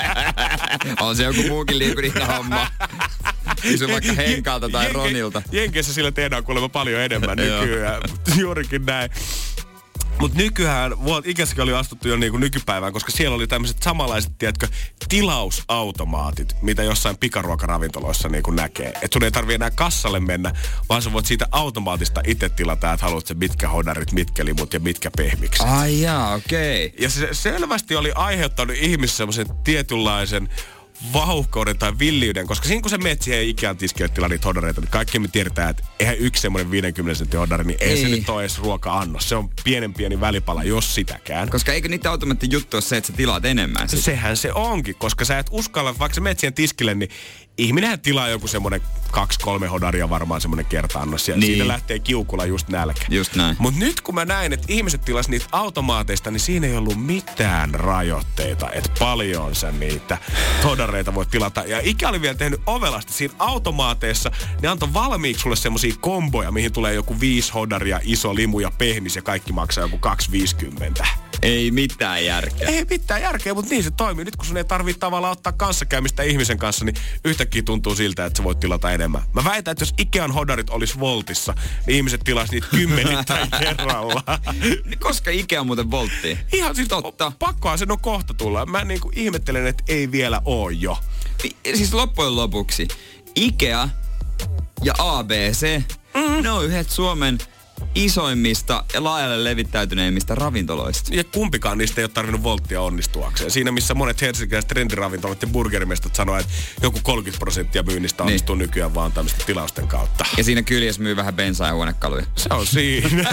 On se joku muukin liukuhinta homma. Kysy vaikka Henkalta tai Ronilta. Jenkeissä sillä tehdään kuulemma paljon enemmän nykyään. Juurikin näin. Mutta nykyään, ikässäkin oli astuttu jo niinku nykypäivään, koska siellä oli tämmöiset samanlaiset, tiedätkö, tilausautomaatit, mitä jossain pikaruokaravintoloissa niinku näkee. Että sun ei tarvitse enää kassalle mennä, vaan sä voit siitä automaatista itse tilata, että haluat sen mitkä hodarit, mitkä limut ja mitkä pehmikset. Ai jaa, okei. Okay. Ja se selvästi oli aiheuttanut ihmisissä semmoisen tietynlaisen vauhkouden tai villiyden, koska siinä kun sä menet siihen Ikean tiskille tilaa niitä hodareita, niin kaikki me tiedetään, että eihän yksi semmoinen 50 sentin hodari, niin ei se nyt ole edes ruoka-annos. Se on pieni välipala, jos sitäkään. Koska eikö niitä automaattinen juttu ole se, että sä tilaat enemmän sitä? Sehän se onkin, koska sä et uskalla, vaikka sä menet siihen tiskille, niin ihminenhän tilaa joku semmoinen 2-3 hodaria varmaan semmoinen kerta-annos. Ja siitä lähtee kiukulla just nälkä. Just näin. Mut nyt kun mä näin, että ihmiset tilas niitä automaateista, niin siinä ei ollut mitään rajoitteita, että paljon sä niitä hodareita voit tilata. Ja Ike oli vielä tehnyt ovelasti siinä automaateissa. Ne antoi valmiiksi sulle semmosia komboja, mihin tulee joku 5 hodaria, iso limu ja pehmis ja kaikki maksaa joku 2,50. Ei mitään järkeä. Ei mitään järkeä, mutta niin se toimii. Nyt kun sun ei tarvitse tavallaan ottaa kanssakäymistä ihmisen kanssa, niin yhtäkkiä tuntuu siltä, että sä voit tilata enemmän. Mä väitän, että jos Ikean hodarit olisi Voltissa, niin ihmiset tilaisi niitä 10 kerralla. Koska Ikea muuten Volttiin? Ihan siis totta. Pakkohan sen on kohta tulla. Mä niinku ihmettelen, että ei vielä oo jo. Siis loppujen lopuksi Ikea ja ABC, ne on yhdet Suomen isoimmista ja laajalle levittäytyneimmistä ravintoloista. Ja kumpikaan niistä ei ole tarvinnut Volttia onnistuakseen. Siinä missä monet helsinkiläiset trendiravintolat ja burgerimestat sanoo, että joku 30% myynnistä onnistuu nykyään vaan tämmöisten tilausten kautta. Ja siinä kyljessä myy vähän bensaa ja huonekaluja. Se on siinä.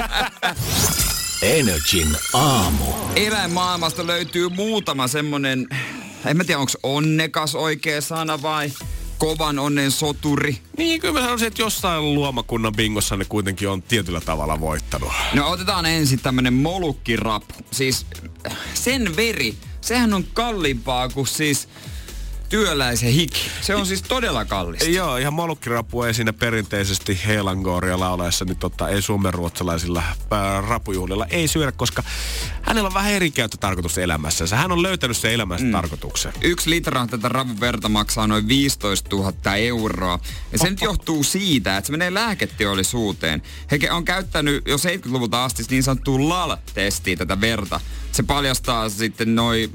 Energin aamu. Eläinmaailmasta löytyy muutama semmonen, en mä tiedä onko onnekas oikea sana vai kovan onnen soturi. Niin, kyllä mä sanoisin, että jossain luomakunnan bingossa ne kuitenkin on tietyllä tavalla voittanut. No otetaan ensin tämmönen molukkirapu. Siis sen veri, sehän on kalliimpaa kuin siis työläisen hiki. Se on siis todella kallista. Joo, ihan molukkirapu ei siinä perinteisesti Helangoria laulaessa, niin ei suomenruotsalaisilla rapujuhlilla ei syödä, koska hänellä on vähän eri käyttötarkoitus elämässänsä. Hän on löytänyt sen elämänsä tarkoituksen. 1 litra tätä ravun verta maksaa noin 15 000 euroa. Ja se nyt johtuu siitä, että se menee lääketeollisuuteen. He on käyttänyt jo 70-luvulta asti niin sanottua LAL-testiä tätä verta. Se paljastaa sitten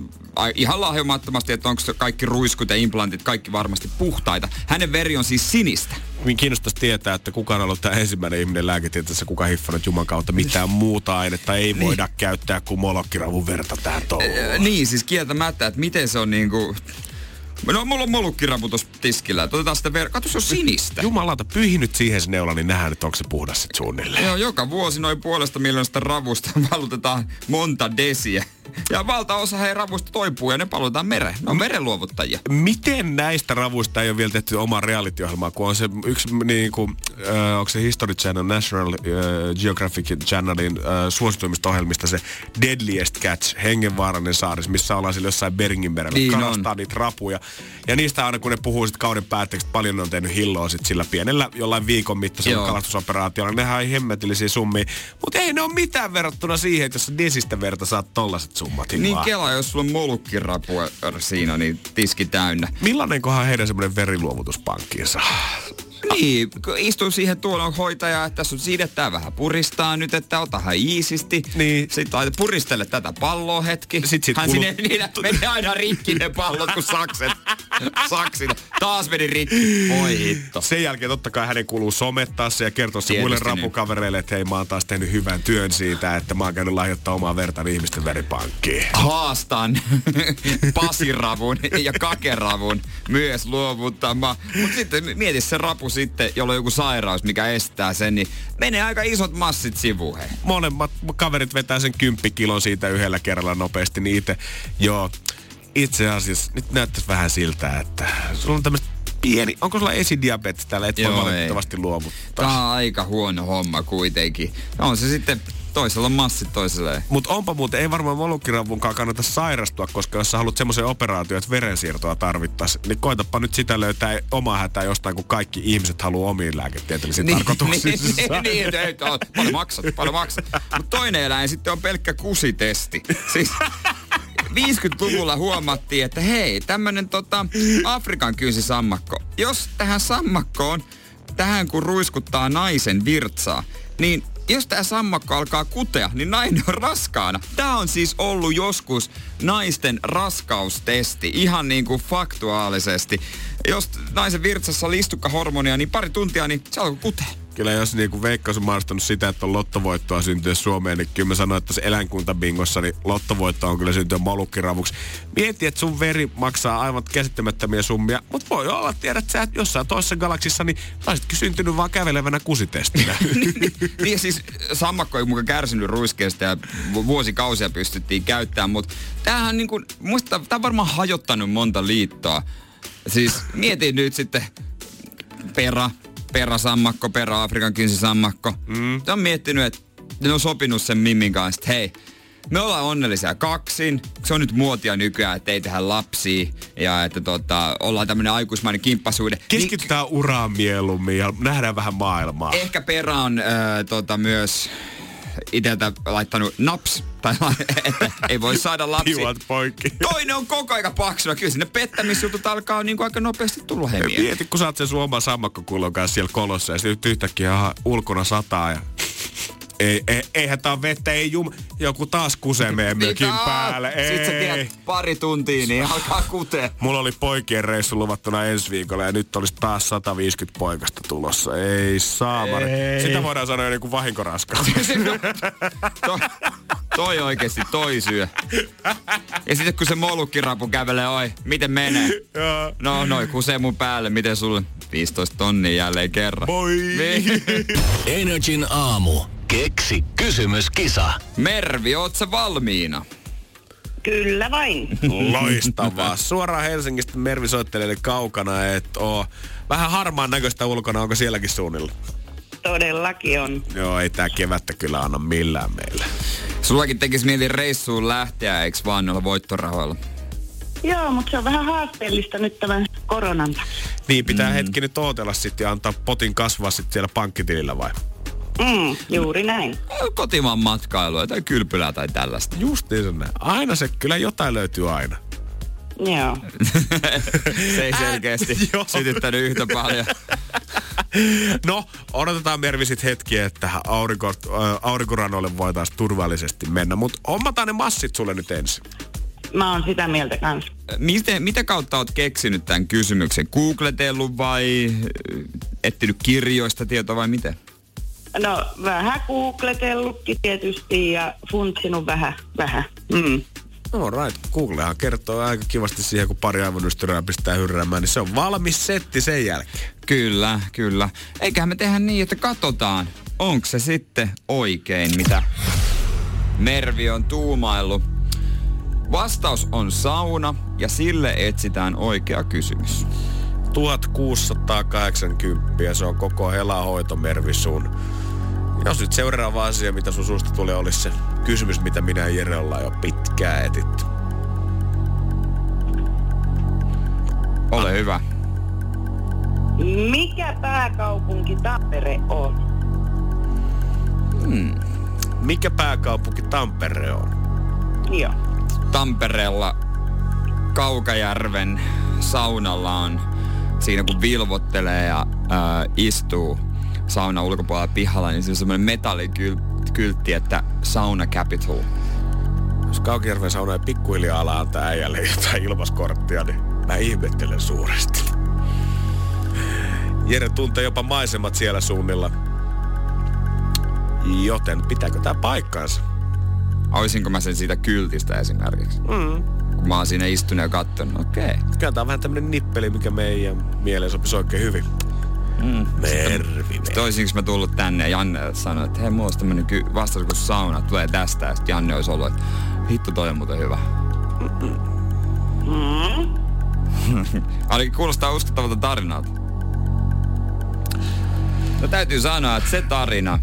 ihan lahjomattomasti, että onko kaikki ruiskut ja implantit kaikki varmasti puhtaita. Hänen veri on siis sinistä. Minä kiinnostaisi tietää, että kuka on ollut tämä ensimmäinen ihminen lääketieteessä, kuka hiffannut Juman kautta mitään muuta ainetta ei voida käyttää kuin molokkiravun verta tähän touhuun. Niin, siis kieltämättä, että miten se on niinku... No, mulla on molukkirapu tuossa tiskillä. Otetaan sitä Katso, se on sinistä. Jumalauta, pyyhi nyt siihen se neula, niin nähdään, että onko se puhdas sit suunnilleen. Joo, joka vuosi noin 500 miljoonasta ravusta valutetaan monta desiä. Ja valtaosa ravusta toipuu ja ne palutetaan mereen. Ne on merenluovuttajia. Miten näistä ravuista ei ole vielä tehty omaa reality-ohjelmaa, kun on se yksi niinku, onko se History Channel, National Geographic Channelin suosituimmista ohjelmista se Deadliest Catch, hengenvaarallinen saaris, missä ollaan sillä jossain Beringinmerellä. Niin kalastaa niitä rapuja. Ja niistä aina kun ne puhuu sit kauden päätteeksi, paljon ne on tehnyt hilloa sit sillä pienellä jollain viikon mittaisella kalastusoperaatiolla. Nehän on hemmetillisiä summia. Mutta ei ne ole mitään verrattuna siihen, että jos desistä verta saat tollaset summat. Niin kela, jos sulla on molukkirapu siinä, niin tiski täynnä. Millainenkohan heidän semmoinen veriluovutuspankkiinsa? Niin, istuu siihen tuolla hoitaja, että tässä on sidettä vähän puristaa nyt, että otahan iisisti. Niin. Sitten puristele tätä palloa hetki. Hän sinne menee aina rikki ne pallot, kun saksina. Taas meni rikki. Voi hitto. Sen jälkeen totta kai hänen kuuluu somettaa se ja kertoa se muille rapukavereille, että hei, mä oon taas tehnyt hyvän työn siitä, että mä oon käynyt lahjoittaa omaa vertani ihmisten veripankkiin. Haastan pasiravun ja kakeravun myös luovuttamaan. Mutta sitten mieti se rapu sitten, jolla on joku sairaus, mikä estää sen, niin menee aika isot massit sivuun. Molemmat kaverit vetää sen 10 kilon siitä yhdellä kerralla nopeasti, niin itse, joo. itse asiassa nyt näyttäisi vähän siltä, että sulla on tämmöistä pieni, onko sulla esidiabetes täällä, et voi valitettavasti luovuttaa? Tää on aika huono homma kuitenkin. On se sitten, toisella on massit, toisella ei. Mut onpa muuten, ei varmaan molukkiravunkaan kannata sairastua, koska jos sä haluat semmoisen operaation, että verensiirtoa tarvittaisiin, niin koitapa nyt sitä löytää omaa hätää jostain, kun kaikki ihmiset haluaa omiin lääketieteellisiin tarkoituksiin. Niin, paljon maksat. Mut toinen eläin sitten on pelkkä kusitesti. Siis 50-luvulla huomattiin, että hei, tämmönen Afrikan kynsisammakko. Jos tähän sammakkoon, tähän kun ruiskuttaa naisen virtsaa, niin jos tää sammakko alkaa kutea, niin nainen on raskaana. Tää on siis ollut joskus naisten raskaustesti, ihan niin kuin faktuaalisesti. Jos naisen virtsassa oli istukkahormonia, niin pari tuntia, niin se alkoi kutea. Kyllä jos niinku Veikkaus on mahdollistanut sitä, että on lottovoittoa syntyä Suomeen, niin kyllä mä sanoin, että tässä eläinkuntabingossa niin lottovoittoa on kyllä syntyä molukkiravuksi. Mieti, että sun veri maksaa aivan käsittämättömiä summia, mutta voi olla, tiedät sä, että jossain toisessa galaksissa, niin taisitkin syntynyt vaan kävelevänä kusitestinä. Niin siis sammakko ei mukaan kärsinyt ruiskeesta ja vuosikausia pystyttiin käyttämään, mutta tämähän niinku, muista, tää on varmaan hajottanut monta liittoa. Siis mietin nyt sitten peräsammakko, Afrikan kynsisammakko. Mä oon miettinyt, että ne on sopinut sen Mimmin kanssa, että hei, me ollaan onnellisia kaksin. Se on nyt muotia nykyään, että ei tehdä lapsia ja että ollaan tämmönen aikuismainen kimppasuhde. Keskitytään uraan mieluummin ja nähdään vähän maailmaa. Ehkä perä on myös iteltä laittanut naps, tai että ei voi saada lapsia. Piuat poikki. Toinen on koko aika paksuna. Kyllä sinne pettämisjutut alkaa niin kuin aika nopeasti tulla hemiä. Mieti, kun sä oot sen sun oman sammakkokullon kanssa siellä kolossa ja sitten yhtäkkiä ulkona sataa ja eihän tää vettä, ei joku taas kusee meidän mökin päälle. Sitten sä tiedät pari tuntia, niin alkaa kutea. Mulla oli poikien reissu luvattuna ensi viikolla ja nyt olisi taas 150 poikasta tulossa. Ei saamari. Sitä voidaan sanoa niin kuin vahinkoraskaus. Toi oikeesti, toi syö. Ja sitten kun se molukkirapu kävelee, oi, miten menee? No, noi kusee mun päälle, miten sulle? 15 tonnia jälleen kerran. Moi! Energin aamu. Keksi kysymyskisa. Mervi, oot sä valmiina? Kyllä vain. Loistavaa. Suoraan Helsingistä Mervi soittelee kaukana, että vähän harmaan näköistä ulkona. Onko sielläkin suunnilla? Todellakin on. Joo, ei tää kevättä kyllä anna millään meille. Sullakin tekisi mieli reissuun lähteä, eiks vaan noilla voittorahoilla? Joo, mutta se on vähän haasteellista nyt tämän koronan. Niin, pitää hetki nyt ootella sitten ja antaa potin kasvaa sitten siellä pankkitilillä vai? Juuri näin. Kotimaan matkailua tai kylpylää tai tällaista. Just niin se näin. Aina se, kyllä jotain löytyy aina. Joo. Se ei selkeästi sytyttänyt yhtä paljon. No, odotetaan Mervi sit hetki, että aurinkoranoille voitaisiin turvallisesti mennä. Mutta hommataan ne massit sulle nyt ensin. Mä oon sitä mieltä kanssa. Mitä kautta oot keksinyt tämän kysymyksen? Googletellut vai etsinyt kirjoista tietoa vai miten? No, vähän googletellutkin tietysti ja funtsinut vähän. No right, Googlehan kertoo aika kivasti siihen, kun pari aivonystyrää pistää hyrräämään, niin se on valmis setti sen jälkeen. Kyllä. Eiköhän me tehdä niin, että katsotaan, onko se sitten oikein, mitä Mervi on tuumaillut. Vastaus on sauna ja sille etsitään oikea kysymys. 1680, se on koko helahoito, Mervi, sun. Jos nyt seuraava asia, mitä sun suusta tulee, olisi se kysymys, mitä minä ja Jere ollaan jo pitkään etitty. Ole hyvä. Mikä pääkaupunki Tampere on? Mikä pääkaupunki Tampere on? Joo. Tampereella Kaukajärven saunalla on siinä kun vilvottelee ja istuu sauna ulkopuolella pihalla, niin se on semmoinen metallikyltti, että Sauna Capital. Jos Kaukajärven sauna ei pikkuhiljaa ala antaa äijälle jotain ilmaskorttia, niin mä ihmettelen suuresti. Jere tuntee jopa maisemat siellä suunnilla. Joten pitääkö tää paikkaansa? Olisinko mä sen siitä kyltistä esimerkiksi? Kun mä oon siinä istunut ja kattonut, okei. Kyllä tää on vähän tämmönen nippeli, mikä meidän mieleen sopisi oikein hyvin. Mervi. Sitten olisinko mä tullut tänne ja Janne sanoi, että hei, mulla olisi tämmönen vastaus kuin sauna, tulee tästä. Ja sitten Janne olisi ollut, että hitto, toi on muuten hyvä. Ainakin kuulostaa uskottavalta tarinalta. No täytyy sanoa, että se tarina...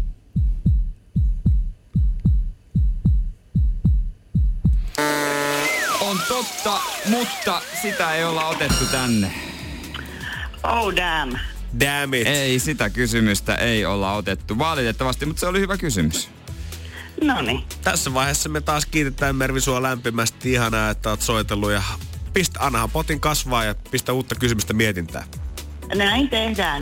on totta, mutta sitä ei olla otettu tänne. Oh damn. Damn it. Ei, sitä kysymystä ei olla otettu valitettavasti, mutta se oli hyvä kysymys. Noniin. Tässä vaiheessa me taas kiitetään Mervi sua lämpimästi. Ihanaa, että oot soitellut ja annahan potin kasvaa ja pistä uutta kysymystä mietintään. Näin tehdään.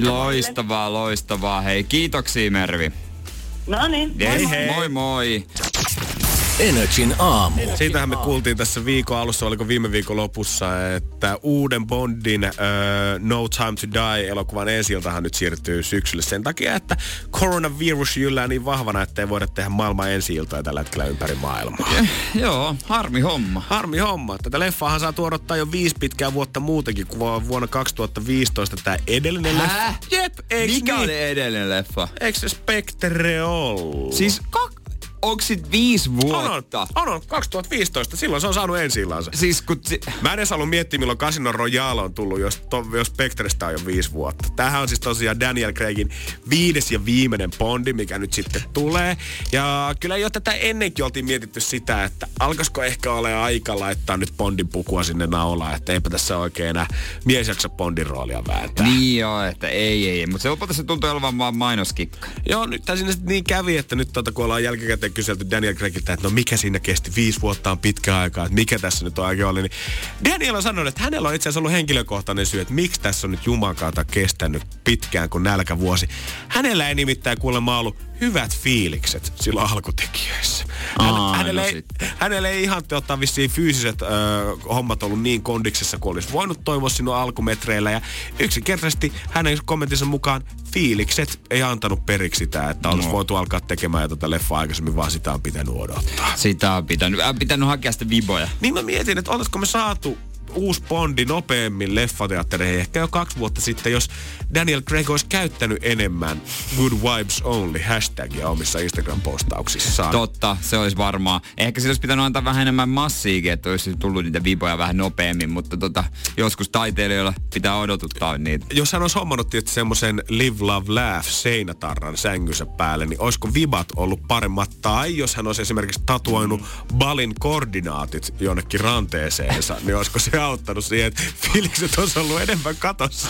Loistavaa. Hei, kiitoksia Mervi. Noniin. Moi moi. Energin aamu. Siitähän me kuultiin tässä viikon alussa, oliko viime viikon lopussa, että uuden Bondin No Time to Die-elokuvan ensi-iltahan nyt siirtyy syksylle sen takia, että coronavirus jyllää niin vahvana, että ei voida tehdä maailman ensi-iltoja tällä hetkellä ympäri maailmaa. Joo, harmi homma. Tätä leffaahan saa odottaa jo 5 pitkää vuotta muutenkin, kuin vuonna 2015 tämä edellinen leffa. Jep, mikä oli edellinen leffa? Eikö se Spectre ollut? Siis onko sit 5 vuotta? On, 2015. Silloin se on saanut ensi-illansa. Siis Mä en edes halua miettiä, milloin Casino Royale on tullut, jos Spectrestä on jo 5 vuotta. Tämähän on siis tosiaan Daniel Craigin 5. ja viimeinen Bondi, mikä nyt sitten tulee. Ja kyllä jo tätä ennenkin oltiin mietitty sitä, että alkaisiko ehkä ole aika laittaa nyt Bondin pukua sinne naulaan, että eipä tässä oikein enää mies jaksa Bondin roolia vääntää. Niin joo, että ei. Mutta se lopulta se tuntui olevan vaan mainoskikka. Joo, nyt siinä sitten niin kävi, että nyt kun ollaan jälkikäteen kyselty Daniel Craigilta, että no mikä siinä kesti 5 vuotta on pitkä aikaa, että mikä tässä nyt oikein oli, niin Daniel on sanonut, että hänellä on itse asiassa ollut henkilökohtainen syy, että miksi tässä on nyt jumankautta kestänyt pitkään kuin nälkävuosi. Hänellä ei nimittäin kuulemma ollut hyvät fiilikset silloin alkutekijöissä. Hänellä ei ihan vissiin fyysiset hommat ollut niin kondiksessa kuin olisi voinut toivoa sinun alkumetreillä. Ja yksinkertaisesti hänen kommentinsa mukaan fiilikset ei antanut periksi sitä, että olisi voitu alkaa tekemään tätä leffaa aikaisemmin, vaan sitä on pitänyt odottaa. Sitä on pitänyt hakea sitä viboja. Niin mä mietin, että olisiko me saatu uusi Bondi nopeammin leffateattereihin ehkä jo 2 vuotta sitten, jos Daniel Craig olisi käyttänyt enemmän Good Vibes Only hashtagia omissa Instagram-postauksissaan. Totta, se olisi varmaan. Ehkä se olisi pitänyt antaa vähän enemmän massiikin, että olisi tullut niitä viboja vähän nopeammin, mutta joskus taiteilijoilla pitää odotuttaa niitä. Jos hän olisi hommannut tietysti semmoisen Live, Love, Laugh seinätarran sängynsä päälle, niin olisiko vibat ollut paremmat? Tai jos hän olisi esimerkiksi tatuoinut Balin koordinaatit jonnekin ranteeseensa, niin olisiko se auttanut siihen, että fiilikset olisi ollut enemmän katossa.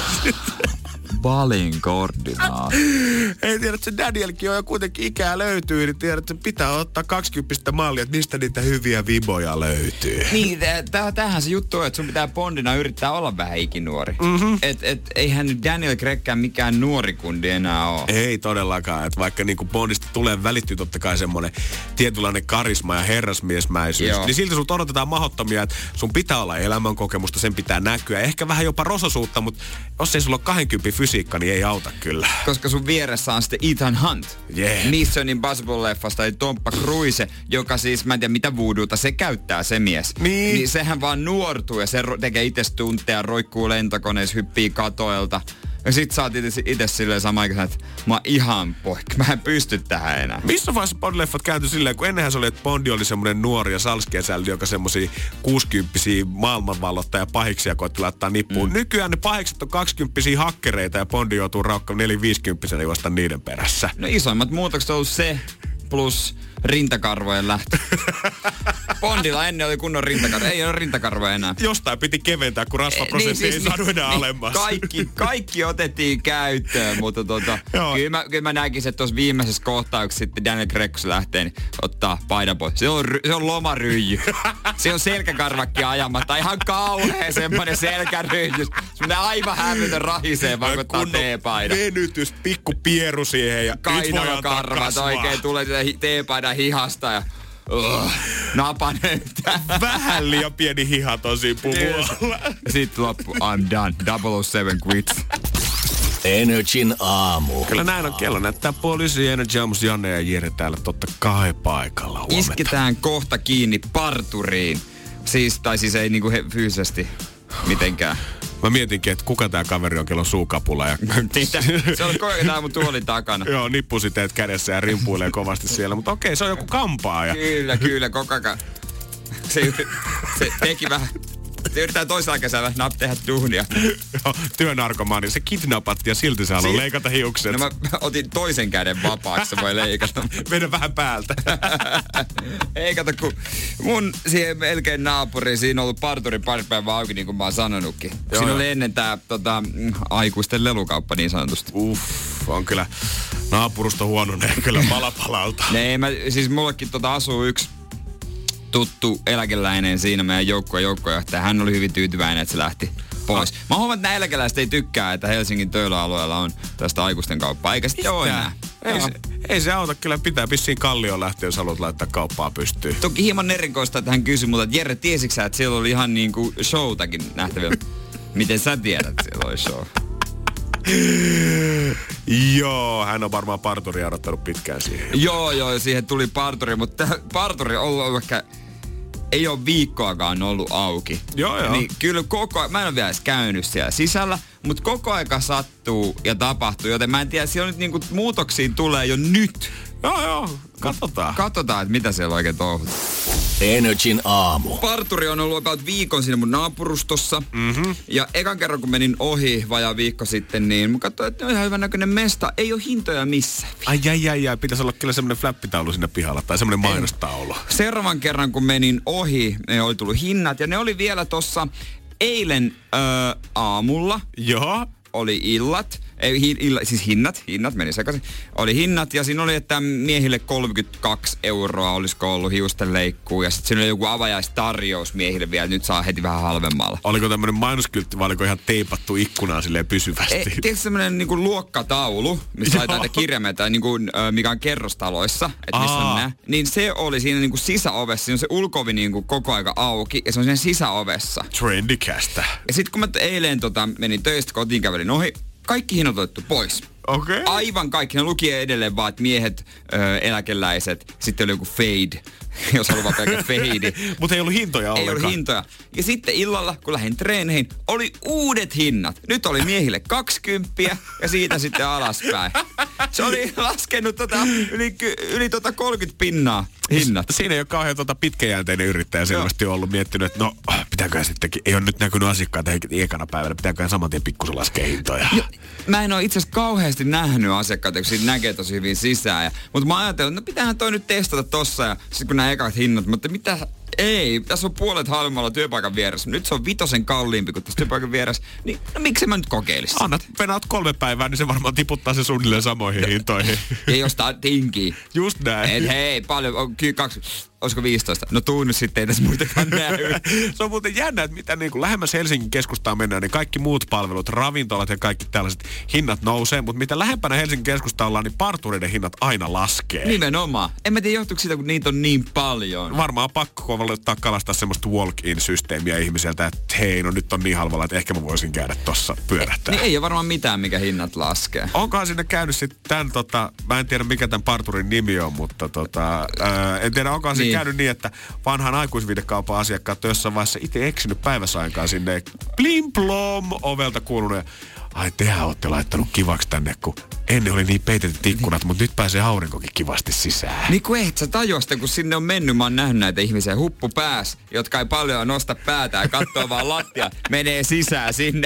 Balin koordinaat. Ei tiedä, että se Danielkin on jo kuitenkin ikää löytyy, niin tiedät, että pitää ottaa 20 mallia, että mistä niitä hyviä viboja löytyy. Niin, tämähän se juttu on, että sun pitää Bondina yrittää olla vähän ikinuori. Mm-hmm. Eihän nyt Daniel Craigkään mikään nuori kundi enää ole. Ei todellakaan, että vaikka niin kuin Bondista tulee välittyy totta kai semmoinen tietynlainen karisma ja herrasmiesmäisyys, niin silti sulta odotetaan mahdottomia, että sun pitää olla elämänkokemusta, sen pitää näkyä. Ehkä vähän jopa rososuutta, mutta jos ei sulla ole 20 fysiikka, niin ei auta kyllä. Koska sun vieressä on sitten Ethan Hunt. Yeah. Mission Impossible-leffasta, eli Tompa Cruise, joka siis, mä en tiedä mitä voodoota se käyttää, se mies. Niin sehän vaan nuortuu ja se tekee itse tunteja, roikkuu lentokoneessa, hyppii katoilta. Ja sit sä oot itse silleen samaan aikaan, että mä oon ihan poikki, mä en pysty tähän enää. Missä vaiheessa Bond-leffat kääntyi silleen, kun ennenhän se oli, että Bondi oli semmonen nuori ja salskeesälli, joka semmosia 60-vuotiaita maailmanvallottaja pahiksia koetti laittaa nippuun. Nykyään ne pahikset on 20-vuotiaita hakkereita ja Bondi joutuu raukkaan 4-50-vuotiaana juosta niiden perässä. No isoimmat muutokset on ollut se plus rintakarvojen lähtö. Bondilla ennen oli kunnon rintakarvoja. Ei ole rintakarvoja enää. Jostain piti keventää, kun rasvaprosentti ei saanut enää alemmas. Kaikki otettiin käyttöön, mutta kyllä mä näkisin, että tuossa viimeisessä kohtauksessa sitten Daniel Craig lähtee, niin ottaa paidan pois. Se on lomaryijy. Se on selkäkarvakki ajamatta. Ihan kauhea semmoinen selkäryijy. Semmoinen aivan hävytön rahisee, vaan ottaa teepaidan. Venytys, pikku pieru siihen ja kainalo karvat oikein tulee teepaidan hihasta ja napa nöytää. Vähän liian pieni hiha tosi puvulla. Sitten loppu, I'm done. 007 quits. Energin aamu. Kyllä näin on, kello näyttää poliisi, Energy aamus, Janne ja Jere täällä totta kai paikalla. Huomenta. Isketään kohta kiinni parturiin. Siis ei niinku fyysisesti mitenkään. Mä mietinkin, että kuka tää kaveri on, kello on suukapula. Ja se on koko ajan mun tuolin takana. Joo, nippusiteet kädessä ja rimpuilee kovasti siellä. Mutta okei, se on joku kampaaja. Kyllä, koko ajan Se teki vähän. Se yrittää toisella kesällä tehdä duunia. Työnarkomaani, se kidnappatti ja silti se haluaa leikata hiukset. No mä otin toisen käden vapaaksi, se voi leikata. Mennä vähän päältä. Ei kato, kun mun siihen melkein naapuriin, siinä on ollut parturi pari päivää auki, niin kuin mä oon sanonutkin. Siinä oli ennen tää aikuisten lelukauppa niin sanotusti. On kyllä naapurusta huononeen kyllä palapalalta. Siis mullekin asuu yksi tuttu eläkeläinen siinä meidän joukkojohtaja. Hän oli hyvin tyytyväinen, että se lähti pois. Mä huomaan, että nämä eläkeläiset ei tykkää, että Helsingin Töölö-alueella on tästä aikuisten kauppaa. Eikä sitten ole enää. Ei se auta, kyllä pitää pissiin Kallioon lähteä, jos haluat laittaa kauppaa pystyyn. Toki hieman erikoista, että hän kysyi multa, että Jere, tiesitkö sä, että siellä oli ihan niinku showtakin nähtävillä? Miten sä tiedät, että siellä oli show? Joo, hän on varmaan parturia odottanut pitkään siihen. Joo, siihen tuli parturi, mutta parturi on ollut ehkä ei ole viikkoakaan ollut auki. Joo. Niin kyllä mä en ole vielä edes käynyt siellä sisällä, mutta koko aika sattuu ja tapahtuu, joten mä en tiedä, siellä nyt niinku muutoksia tulee jo nyt. Joo, katsotaan, että mitä siellä oikein touhutaan. Energin aamu. Parturi on ollut about viikon siinä mun naapurustossa. Mm-hmm. Ja ekan kerran kun menin ohi vajaa viikko sitten, niin mä katsoin, että on ihan hyvän näköinen mesta. Ei ole hintoja missään. Ai. Pitäisi olla kyllä semmoinen flappitaulu sinne pihalla tai semmoinen mainostaulu. Seuraavan kerran kun menin ohi, ne oli tullut hinnat ja ne oli vielä tossa eilen aamulla. Joo. Oli illat. Siis hinnat meni sekaisin. Oli hinnat ja siinä oli, että miehille 32 € olisiko ollut hiusten leikkuu. Ja sitten siinä oli joku avajaistarjous miehille vielä, nyt saa heti vähän halvemmalla. Oliko tämmönen mainoskyltti vai oliko ihan teipattu ikkunaan silleen pysyvästi? Tiedätkö semmonen niinku luokkataulu, missä laitetaan näitä kirjaimeita, niinku, mikä on kerrostaloissa, että missä on nää. Niin se oli siinä niinku sisäovessa, siinä on se ulko-ovi niinku koko aika auki ja se on siinä sisäovessa. Trendikästä. Ja sit kun mä eilen menin töistä kotiin, kävelin ohi, kaikki hinnat otettu pois. Okei. Okay. Aivan kaikki. Ne luki edelleen vaan, että miehet, eläkeläiset, sitten oli joku fade, jos haluaa pelkkä fade. Mutta ei ollut hintoja ollenkaan. Ei ollut hintoja. Ja sitten illalla, kun lähdin treeneihin, oli uudet hinnat. Nyt oli miehille 20 ja siitä sitten alaspäin. Se oli laskenut yli 30 pinnaa hinnat. Siinä ei ole kauhean pitkäjänteinen yrittäjä selvästi ollut miettinyt, että no pitääkö sittenkin, ei ole nyt näkynyt asiakkaita ekana päivänä, pitääkö saman tien pikkusen laskea hintoja. Mä en ole itse asiassa kauheasti nähnyt asiakkaita, kun siitä näkee tosi hyvin sisään. Mutta mä ajattelin, että no pitäähän toi nyt testata tossa ja sitten kun nämä ekat hinnat, mutta mitä... Ei, tässä on puolet halvemmalla työpaikan vieressä. Nyt se on 5 kalliimpi kuin tässä työpaikan vieressä. Niin, no miksi mä nyt kokeilisin? Annat, venaat 3 päivää, niin se varmaan tiputtaa se suunnilleen samoihin hintoihin. Ja jostain tinkii. Just näin. Et hei, paljon, olisiko 15? No tuu nyt sitten, ei tässä muitakaan näy. Se on muuten jännä, että mitä niin kuin lähemmäs Helsingin keskustaan mennään, niin kaikki muut palvelut, ravintolat ja kaikki tällaiset hinnat nousee. Mutta mitä lähempänä Helsingin keskustaa ollaan, niin partureiden hinnat aina laskee. Nimenomaan. En mä tiedä, johtuuko siitä, kun niitä on niin paljon. Varmaan pakko ottaa kalastaa semmoista walk-in-systeemiä ihmiseltä, että hei, no nyt on niin halvalla, että ehkä mä voisin käydä tossa pyörähtää. Niin ei ole varmaan mitään, mikä hinnat laskee. Onkohan sinne käynyt sitten mä en tiedä mikä tämän parturin nimi on, mutta en tiedä, onkohan siinä käynyt niin, että vanhan aikuisviidekaupan asiakkaat on jossain vaiheessa itse eksynyt päiväsaikaan sinne plimplom ovelta kuulunut. Ai, tehän ootte laittanut kivaksi tänne, kun ennen oli niin peitetyt ikkunat, mutta nyt pääsee aurinkokin kivasti sisään. Niin kuin et sä tajua sitä, kun sinne on mennyt, mä oon nähnyt näitä ihmisiä huppu pääs, jotka ei paljon nosta päätä ja katsoo vaan lattia, menee sisään sinne,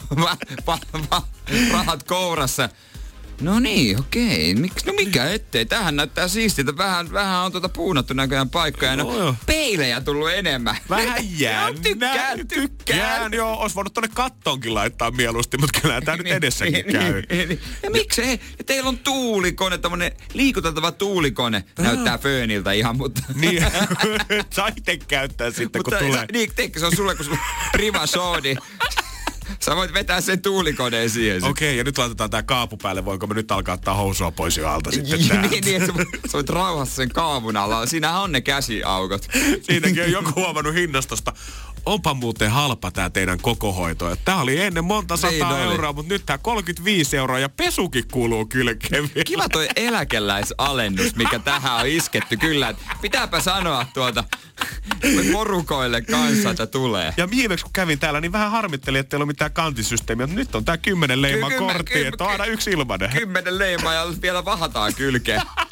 rahat kourassa. No niin, okei. No mikä ettei? Tämähän näyttää siistiltä. Vähän on puunattu näköjään paikkoja. No, peilejä tullut enemmän. Vähän jännä. Tykkään. Joo, ois voinut tonne kattoonkin laittaa mieluusti, mutta kyllä tää nyt edessäkin käy. Ja miksei? Ja teillä on tuulikone, tämmönen liikuteltava tuulikone. Näyttää fööniltä ihan, mutta... Niin, saa ite käyttää sitten, kun tulee. Niin, teikö se on sulle, kun sulla prima show, sä voit vetää sen tuulikoneen siihen. Okei, ja nyt laitetaan tää kaapu päälle. Voinko me nyt alkaa ottaa housua pois jo alta sitten täältä? Niin, että sä voit rauhassa sen kaavun alla. Siinähän on ne käsiaukot. Siinäkin on joku huomannut hinnastosta. Onpa muuten halpa tää teidän kokohoito. Tää oli ennen monta 100 euroa, mutta nyt tää 35 € ja pesukin kuuluu kylkeen. Kiva toi eläkeläisalennus, mikä tähän on isketty. Kyllä, pitääpä sanoa porukoille kanssa, että tulee. Ja viimeksi kun kävin täällä, niin vähän harmittelin, että ei ole mitään kantisysteemiä. Nyt on tää 10 leiman kortti, että on aina yksi ilmanen. 10 leimaa ja vielä vahataan kylkeen.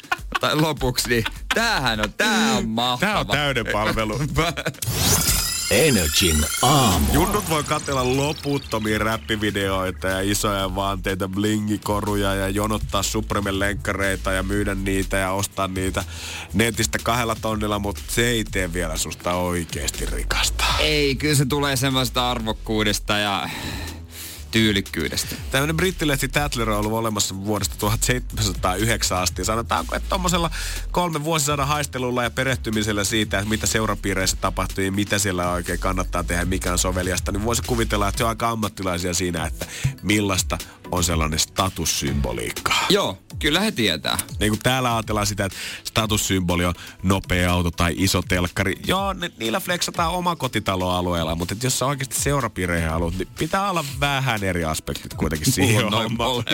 Tai lopuksi, niin tää on mahtava. Tää on täyden palvelu. Energin aamu. Junnut voi katsella loputtomia räppivideoita ja isoja vaanteita, blingikoruja ja jonottaa Supremen lenkkareita ja myydä niitä ja ostaa niitä netistä 2 tonnilla, mutta se ei tee vielä susta oikeesti rikasta. Ei, kyllä se tulee semmoista arvokkuudesta ja tyylikkyydestä. Tämmöinen brittilehti Tatler on ollut olemassa vuodesta 1709 asti. Sanotaanko, että tommosella 3 vuosisadan haistelulla ja perehtymisellä siitä, että mitä seurapiireissä tapahtuu ja mitä siellä oikein kannattaa tehdä, mikä on soveliasta, niin voisi kuvitella, että se on aika ammattilaisia siinä, että millaista on sellainen statussymboliikka. Joo, kyllä he tietää. Niin kuin täällä ajatellaan sitä, että statussymboli on nopea auto tai iso telkkari. Joo, niillä flexataan omakotitaloalueella, mutta jos sä oikeasti seurapiireihin haluat, niin pitää olla vähän eri aspektit kuitenkin siihen hommaan.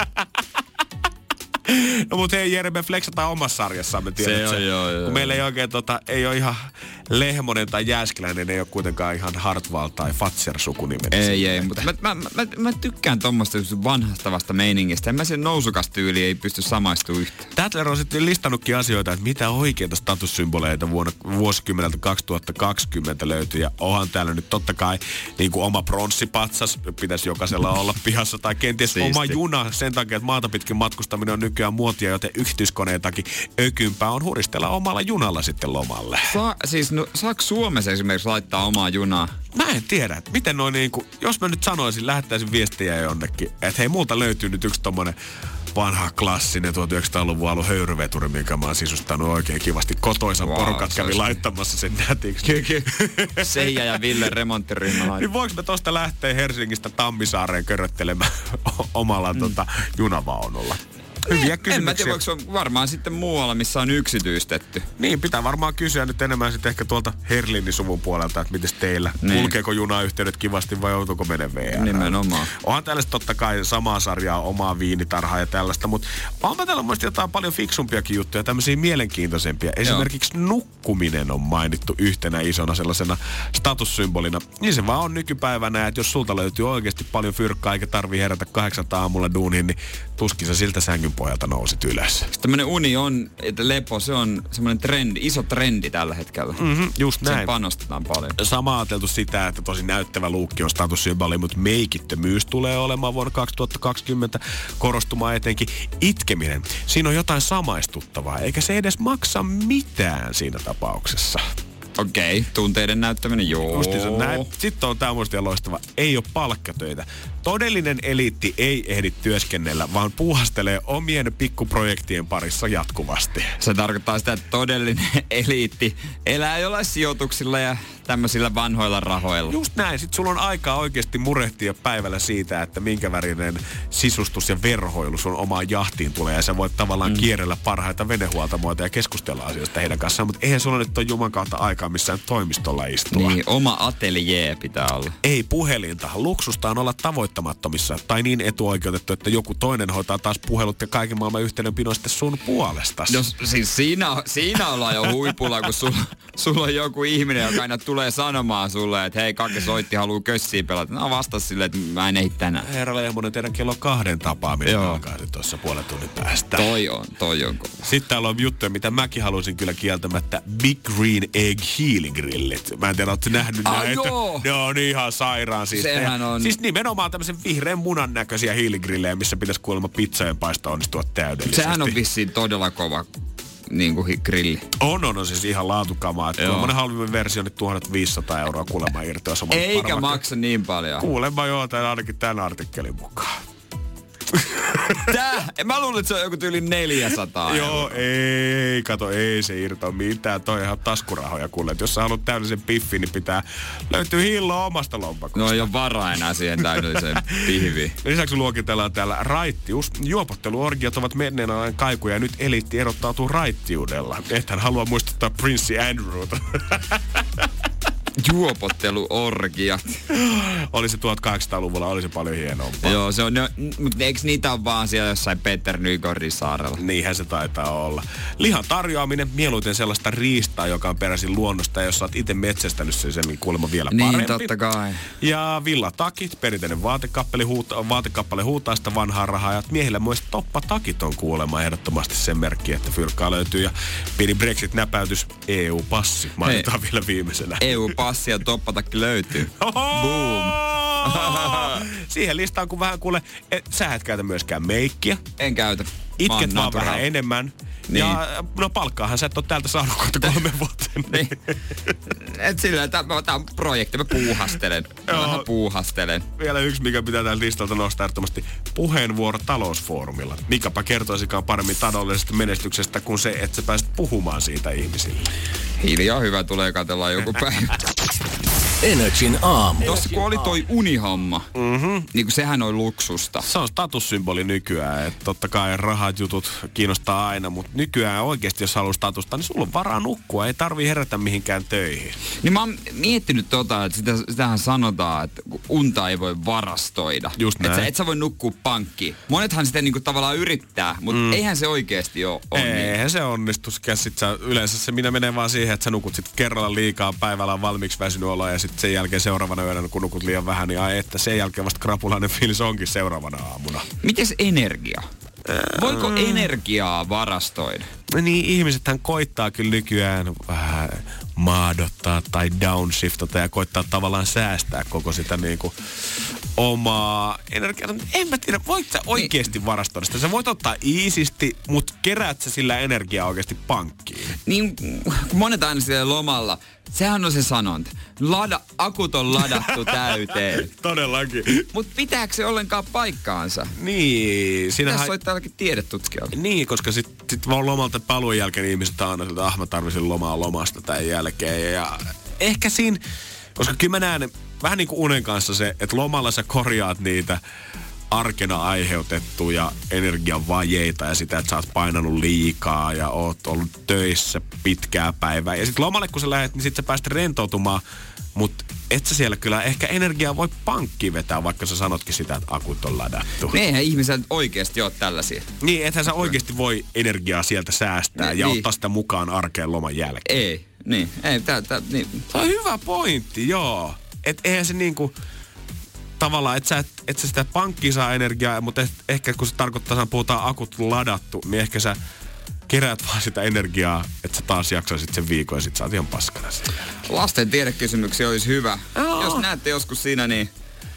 No mut hei Jere, me flexataan omassa sarjassaan, me tiedät se. Joo. Kun meillä ei oikein ei ole ihan Lehmonen tai Jääskeläinen, ei ole kuitenkaan ihan Hartwall tai Fatser sukunimet. Ei, mutta mä tykkään tommoista vanhastavasta meiningistä. En mä sen nousukastyyliin ei pysty samaistumaan yhtään. Tatler on sitten listannutkin asioita, että mitä oikeita statussymboleita vuosikymmeneltä 2020 löytyy. Ja onhan täällä nyt totta kai niin kuin oma pronssipatsas, pitäisi jokaisella olla pihassa. Tai kenties siisti. Oma juna sen takia, että maata pitkin matkustaminen on nykyään muotia, joten yksityiskoneitakin ökympää on huristella omalla junalla sitten lomalle. Saako Suomessa esimerkiksi laittaa omaa junaa? Mä en tiedä, että miten noin niinku, jos mä nyt sanoisin, lähettäisin viestiä jonnekin, että hei, multa löytyy nyt yksi tommonen vanha klassinen 1900-luvun alun höyryveturi, minkä mä oon sisustanut oikein kivasti. Kotoisan porukat kävi laittamassa sen nätiksi. Seija ja Ville remonttiryhmä laittaa. Niin voiko me tosta lähteä Helsingistä Tammisaareen köröttelemään omalla junavaunulla? Hyviä kysymyksiä. En mä tiedä, voiko se on varmaan sitten muualla, missä on yksityistetty. Niin, pitää varmaan kysyä nyt enemmän sitten ehkä tuolta Herlinin suvun puolelta, että mites teillä? Niin. Kulkeeko junayhteydet kivasti vai joutuuko mene VR? Nimenomaan. Onhan tällaista totta kai samaa sarjaa, omaa viinitarhaa ja tällaista, mutta onpa täällä mielestäni jotain paljon fiksumpiakin juttuja, tämmöisiä mielenkiintoisempia. Esimerkiksi nukkuminen on mainittu yhtenä isona sellaisena statussymbolina. Niin se vaan on nykypäivänä, että jos sulta löytyy oikeasti paljon fyrkkaa eikä tarvii herätä 8 aamulla duuniin, niin tuskin sä siltä sängyn pohjalta nousit ylös. Tämmönen uni on, että lepo, se on semmoinen trendi, iso trendi tällä hetkellä. Just näin. Sen panostetaan paljon. Sama ajateltu sitä, että tosi näyttävä luukki on statussymboli, mutta meikittömyys tulee olemaan vuonna 2020 korostumaan etenkin. Itkeminen, siinä on jotain samaistuttavaa, eikä se edes maksa mitään siinä tapauksessa. Okei, tunteiden näyttäminen, joo. Sitten on tää muista loistava. Ei ole palkkatöitä. Todellinen eliitti ei ehdi työskennellä, vaan puuhastelee omien pikkuprojektien parissa jatkuvasti. Se tarkoittaa sitä, että todellinen eliitti elää jollain sijoituksilla ja tämmöisillä vanhoilla rahoilla. Just näin. Sitten sulla on aikaa oikeasti murehtia päivällä siitä, että minkä värinen sisustus ja verhoilu sun omaan jahtiin tulee. Ja sä voit tavallaan kierrellä parhaita venehuoltamoita ja keskustella asioista heidän kanssaan. Mutta eihän sulla nyt ole juman kautta aikaa missään toimistolla istua. Niin, oma atelier pitää olla. Ei puhelinta. Luksusta on olla tavoittamattomissa tai niin etuoikeutettu, että joku toinen hoitaa taas puhelut ja kaiken maailman yhteydenpino sitten sun puolestasi. No siis siinä ollaan jo huipulla, kun sulla on joku ihminen, joka aina tulee sanomaan sulle, että hei, Kake soitti, haluu kössiä pelata. No vasta silleen, että mä en ehdi tänään. Herra Lehmonen, teidän kello 2 tapaaminen alkaa tuossa puolen tunnin päästä. Toi on. Sitten täällä on juttuja, mitä mäkin haluaisin kyllä kieltämättä. Big Green Egg Healing-grillit. Mä en tiedä, ootko nähnyt näitä? Joo. Ne on ihan sairaan siis. Sehän on. Siis nimenomaan tämmöisen vihreän munan näköisiä healing-grillejä, missä pitäisi kuulemma pizzojen paisto onnistua täydellisesti. Sehän on vissiin todella kova niinku grilli. On siis ihan laatukamaa. Tuommoinen halvimmin versio, niin 1500 € kuulemma irtoa. Eikä maksa niin paljon. Kuulemma joo, ainakin tämän artikkelin mukaan. Tää? Mä luulen, että se on joku tyyli 400 €. Joo, ei se irtoa mitään. Toi ihan taskurahoja kuule. Et jos sä haluat täydellisen piffin, niin pitää löytyä hilloa omasta lompakosta. No ei ole varaa enää siihen täydelliseen pihviin. Lisäksi luokitellaan täällä raittius. Juopotteluorgiat ovat menneen ajan kaikuja ja nyt eliitti erottautuu raittiudella. Ethän halua muistuttaa Prinssi Andrewta. Juopotteluorgiat. Oli se 1800-luvulla, oli se paljon hienompaa. Joo, se on, mutta eikö niitä ole vaan siellä jossain Peter Nygårdin saarella? Niinhän se taitaa olla. Lihan tarjoaminen, mieluiten sellaista riistaa, joka on peräisin luonnosta, ja jos sä oot itse metsästänyt sen niin kuulemma vielä parempi. Niin, totta kai. Ja villatakit, perinteinen vaatekappale huutaa sitä vanhaa rahaa, ja miehillä myös toppatakit on kuulemma ehdottomasti sen merkki, että fyrkkaa löytyy, ja pieni Brexit-näpäytys, EU-passi, mainitaan vielä viimeisenä. EU-passi ja toppatakki löytyy. Boom. Siihen listaan, kun vähän kuule, sä et käytä myöskään meikkiä. En käytä. Itket vaan vähän enemmän. Niin. Ja no palkkaahan sä et ole täältä saanut kohta 3 vuotta. Niin. Et sillä tää on projekti, mä puuhastelen. Vähän puuhastelen. Vielä yksi, mikä pitää täältä listalta nostaa ehdottomasti. Puheenvuoro talousfoorumilla. Mikäpä kertoisikaan paremmin taloudellisesta menestyksestä kuin se, että sä pääset puhumaan siitä ihmisille. Hiljaa hyvä, tulee katsellaan joku päivä. Energin aamu. Tossa kun oli toi unihomma, niin sehän on luksusta. Se on statussymboli nykyään, että totta kai rahat jutut kiinnostaa aina, mutta nykyään oikeasti jos haluaa statusta, niin sulla on varaa nukkua, ei tarvii herätä mihinkään töihin. Niin mä oon miettinyt että sitähän sanotaan, että unta ei voi varastoida. Just näin. Että et sä voi nukkua pankkiin. Monethan sitä niinku tavallaan yrittää, mutta eihän se oikeasti ole. Eihän se onnistu. Yleensä se menee vaan siihen, että sä nukut sit kerralla liikaa, päivällä on valmiiksi väsynyt olo ja sitten sen jälkeen seuraavana yönä, kun nukut liian vähän, niin että sen jälkeen vasta krapulainen fiilis onkin seuraavana aamuna. Mites energia? Voiko energiaa varastoida? Niin, ihmisethän koittaa kyllä nykyään vähän maadottaa tai downshiftata ja koittaa tavallaan säästää koko sitä niinku omaa energiaa. En mä tiedä, voit sä oikeesti varastoida sitä? Sä voit ottaa iisisti, mut keräät sä sillä energiaa oikeesti pankkiin? Niin, kun monet aina siellä lomalla, sehän on se sanonta. Akut on ladattu täyteen. Todellakin. Mut pitääkö se ollenkaan paikkaansa? Niin. Tässä on tälläkin tiedetutkijalta. Niin, koska sit vaan lomalta paluun jälkeen ihmiset on aina siltä, mä tarvisin lomaa lomasta tämän jälkeen. Ja ehkä siinä, koska kyllä mä näen vähän niin kuin unen kanssa se, että lomalla sä korjaat niitä arkena aiheutettuja energiavajeita ja sitä, että sä oot painanut liikaa ja oot ollut töissä pitkää päivää. Ja sit lomalle kun sä lähdet, niin sit sä pääset rentoutumaan, mutta et sä siellä kyllä ehkä energiaa voi pankkiin vetää, vaikka sä sanotkin sitä, että akut on ladattu. Niin eihän ihmiset oikeasti ole tällaisia. Niin, ethän sä oikeasti voi energiaa sieltä säästää ja ottaa sitä mukaan arkeen loman jälkeen. Ei, niin. Niin. Se on hyvä pointti, joo. Et eihän se niinku tavallaan, et sä sitä pankkiin saa energiaa, mutta ehkä kun se tarkoittaa, että puhutaan akut ladattu, niin ehkä sä keräät vaan sitä energiaa, että sä taas jaksaisit sen viikon ja sit sä oot ihan paskana siellä. Lasten tiedekysymyksiä olisi hyvä. Jos näette joskus siinä, niin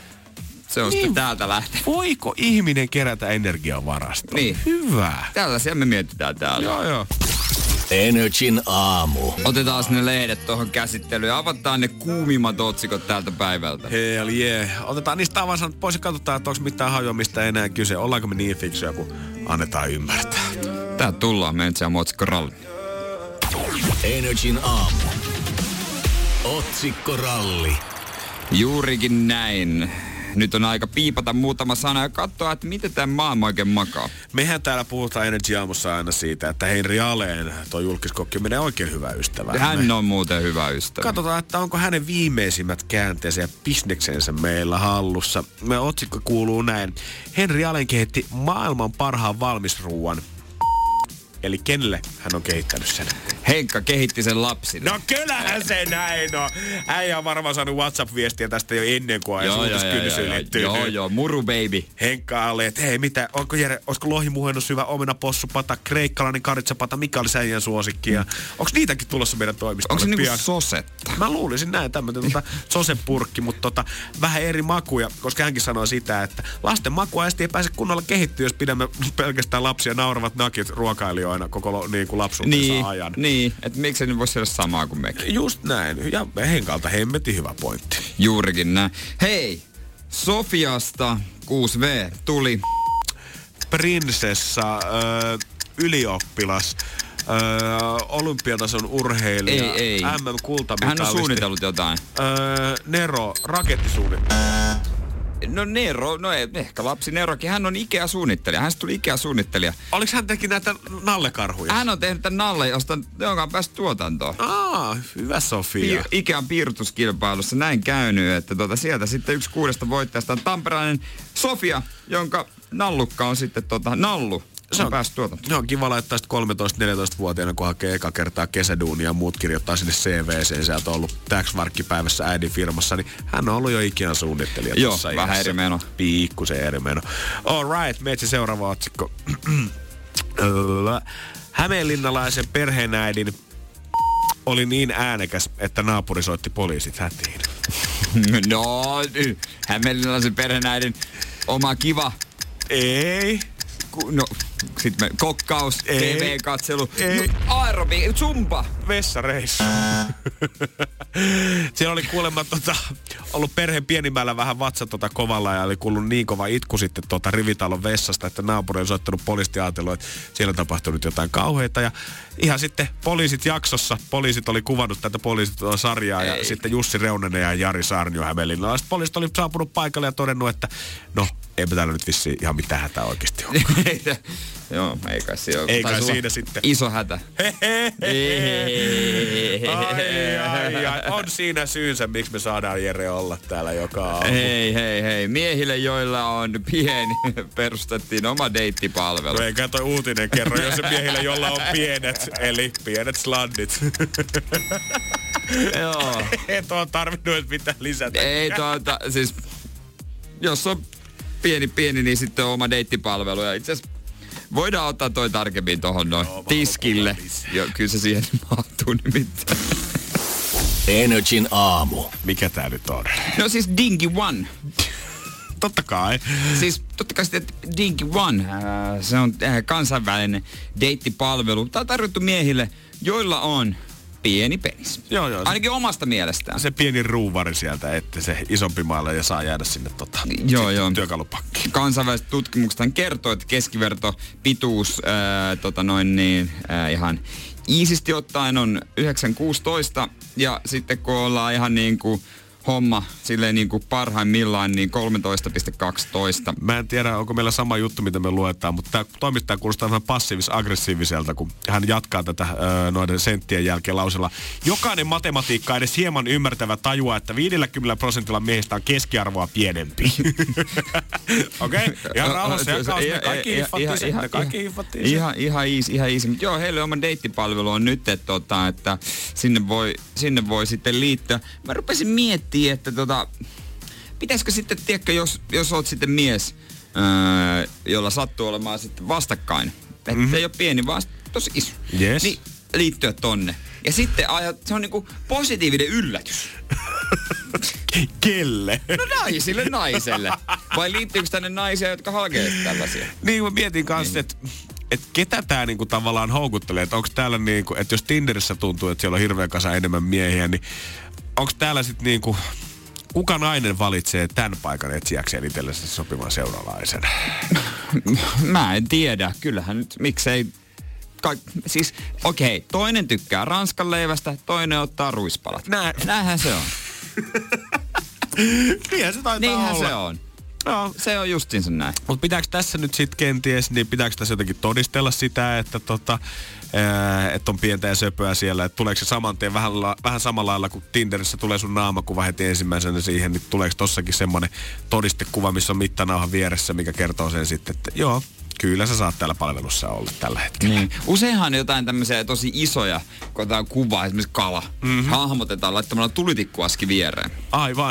se on sitten täältä lähtee. Voiko ihminen kerätä energiaa varastoon? Niin. Hyvä. Tällaisia me mietitään täällä. Joo. Energin aamu. Otetaan ne lehdet tuohon käsittelyyn ja avataan ne kuumimmat otsikot tältä päivältä. Hell yeah. Otetaan niistä avansanat pois ja katsotaan, että onko mitään hajoamista enää kyse. Ollaanko me niin fiksuja, kun annetaan ymmärtää. Tää tullaan, me nyt saamme otsikkoralli. Energin aamu. Otsikkoralli. Juurikin näin. Nyt on aika piipata muutama sana ja katsoa, että miten tämä maailma oikein makaa. Mehän täällä puhutaan Energy aamussa aina siitä, että Henri Aleen, tuo julkiskokki, menee oikein hyvä ystävä. Hän on muuten hyvä ystävä. Katsotaan, että onko hänen viimeisimmät käänteensä ja bisneksensä meillä hallussa. Meidän otsikko kuuluu näin. Henri Aleen kehitti maailman parhaan valmisruuan. Eli kenelle hän on kehittänyt sen? Henkka kehitti sen lapsille. No kyllähän se näin on. Äijä on varmaan saanut WhatsApp-viestiä tästä jo ennen kuin ajan suutuskynnys ylittyy. Joo, muru baby. Henkka alle, että hei mitä, onko Jere, olisiko lohimuhennus hyvä, omena possupata, kreikkalainen karitsapata, mikä oli äijän suosikki? Ja onko niitäkin tulossa meidän toimistolle pian? Onko se niinku sosetta? Mä luulisin näin, tämmöinen sosepurkki, mutta vähän eri makuja, koska hänkin sanoi sitä, että lasten makuaisti ei pääse kunnolla kehittyä, jos pidämme pelkästään lapsia nauravat nakit ruokailijoina koko niin kuin lapsuutensa ajan. Niin, että miksi se nyt voisi olla samaa kuin mekin. Just näin. Ja Henkalta hemmetin hyvä pointti. Juurikin näin. Hei, Sofiasta 6V tuli. Prinsessa, ylioppilas, olympiatason urheilija, ei. MM-kultamitalisti. Hän on suunnitellut jotain. Nero, rakettisuunnitelma. No Nero, ehkä lapsi Nerokin. Hän on Ikea-suunnittelija. Hänestä tuli Ikea-suunnittelija. Oliko hän teki näitä nallekarhuja? Hän on tehnyt tämän nalle, jonka on päässyt tuotantoon. Hyvä Sofia. Ikean piirustuskilpailussa näin käynyt, että sieltä sitten 1 6 voittajasta on tamperelainen Sofia, jonka nallukka on sitten Nallu. Se on päässyt tuotantoon. Joo, kiva laittaa sitten 13-14-vuotiaana, kun hakee eka kertaa kesäduunia ja muut kirjoittaa sinne CV:seen. Sieltä on ollut tax-varkkipäivässä äidin firmassa, niin hän on ollut jo Ikean suunnittelija. Joo, vähän eri meno. Pikkusen eri meno. All right, meitsi seuraava otsikko. Hämeenlinnalaisen perheenäidin oli niin äänekäs, että naapuri soitti poliisit hätiin. No, hämeenlinnalaisen perheenäidin oma kiva. Ei. No, sitten kokkaus, TV-katselu, aerobi, zumba. Vessareissu. Siellä oli kuulemma ollut perheen pienimmällä vähän vatsa kovalla ja oli kuullut niin kova itku sitten rivitalon vessasta, että naapuri oli soittanut poliisit ja ajatellut, että siellä on tapahtunut jotain kauheita. Ja ihan sitten poliisit jaksossa, poliisit oli kuvannut tätä sarjaa ja sitten Jussi Reunanen ja Jari Saarnio Hämeenlinnalaiset poliisit oli saapunut paikalle ja todennut, että no, eipä täällä nyt vissiin ihan mitään hätää oikeasti ole. Joo, ei kai siinä ole. Ei kai siinä sitten. Iso hätä. Ai. On siinä syynsä, miksi me saadaan Jere olla täällä joka aamu. Hei. Miehille, joilla on pieni, perustettiin oma deittipalvelu. No eikä toi uutinen kerro, jos se miehille, jolla on pienet, eli pienet slandit. Joo. Et oo tarvinnut mitään lisätä. Ei siis, jos on pieni, niin sitten on oma deittipalvelu. Ja itse asiassa voidaan ottaa toi tarkemmin tohon noin tiskille. Joo, kyllä se siihen mahtuu nimittäin. Energin aamu. Mikä tää nyt on? No siis Dinky One. Totta kai. Siis totta kai sitten Dinky One. Se on kansainvälinen deittipalvelu. Tää on tarjottu miehille, joilla on pieni penis. Joo. Ainakin omasta mielestään. Se pieni ruuvari sieltä, että se isompi maalla ja saa jäädä sinne joo. työkalupakkiin. Kansainväliset tutkimukset kertoo, että keskiverto pituus ihan iisisti ottaen on 9,16 ja sitten kun ollaan ihan niinku homma silleen niinku parhaimmillaan niin 13,12. Mä en tiedä, onko meillä sama juttu, mitä me luetaan, mutta tämä toimittaja kuulostaa vähän passiivis-aggressiiviselta, kun hän jatkaa tätä noiden senttien jälkeen lausella. Jokainen matematiikka edes hieman ymmärtävä tajua, että 50% miehistä on keskiarvoa pienempi. Okei? Ihan rauhassa ja kaikki hiffattiin. Ihan easy. Mutta joo, heille oma deittipalvelu on nyt, että sinne voi sitten liittyä. Mä rupesin miettimään, että pitäisikö sitten, tiedätkö, jos oot sitten mies, jolla sattuu olemaan sitten vastakkain, että ei ole pieni, vaan tosi iso, yes. Niin liittyä tonne. Ja sitten se on niinku positiivinen yllätys. Kelle? No naiselle. Vai liittyykö tänne naisia, jotka halkee tällaisia? Niin, mä mietin kanssa, että ketä tää niinku tavallaan houkuttelee, että onko täällä niinku, että jos Tinderissä tuntuu, että siellä on hirveän kasa enemmän miehiä, niin onko täällä sitten niinku, kuka nainen valitsee tämän paikan etsiäkseen itsellensä sopivan seuralaisen? Mä en tiedä. Kyllähän nyt, miksei. Siis, okei, toinen tykkää ranskan leivästä, toinen ottaa ruispalat. Näinhän se on. Niinhän se taitaa olla. Niinhän se on. No, se on justiinsa näin. Mutta pitääkö tässä nyt sitten kenties, niin pitääkö tässä jotenkin todistella sitä, että että on pientä ja söpöä siellä, että tuleeko se saman tien vähän samalla lailla kuin Tinderissä tulee sun naamakuva heti ensimmäisenä siihen, niin tuleeko tossakin semmoinen todistekuva, missä on mittanauhan vieressä, mikä kertoo sen sitten, että joo, kyllä sä saat täällä palvelussa olla tällä hetkellä. Niin. Useinhan jotain tämmöisiä tosi isoja, kun otetaan kuvaa, esimerkiksi kala, hahmotetaan laittamalla tulitikkuaski viereen. Aivan.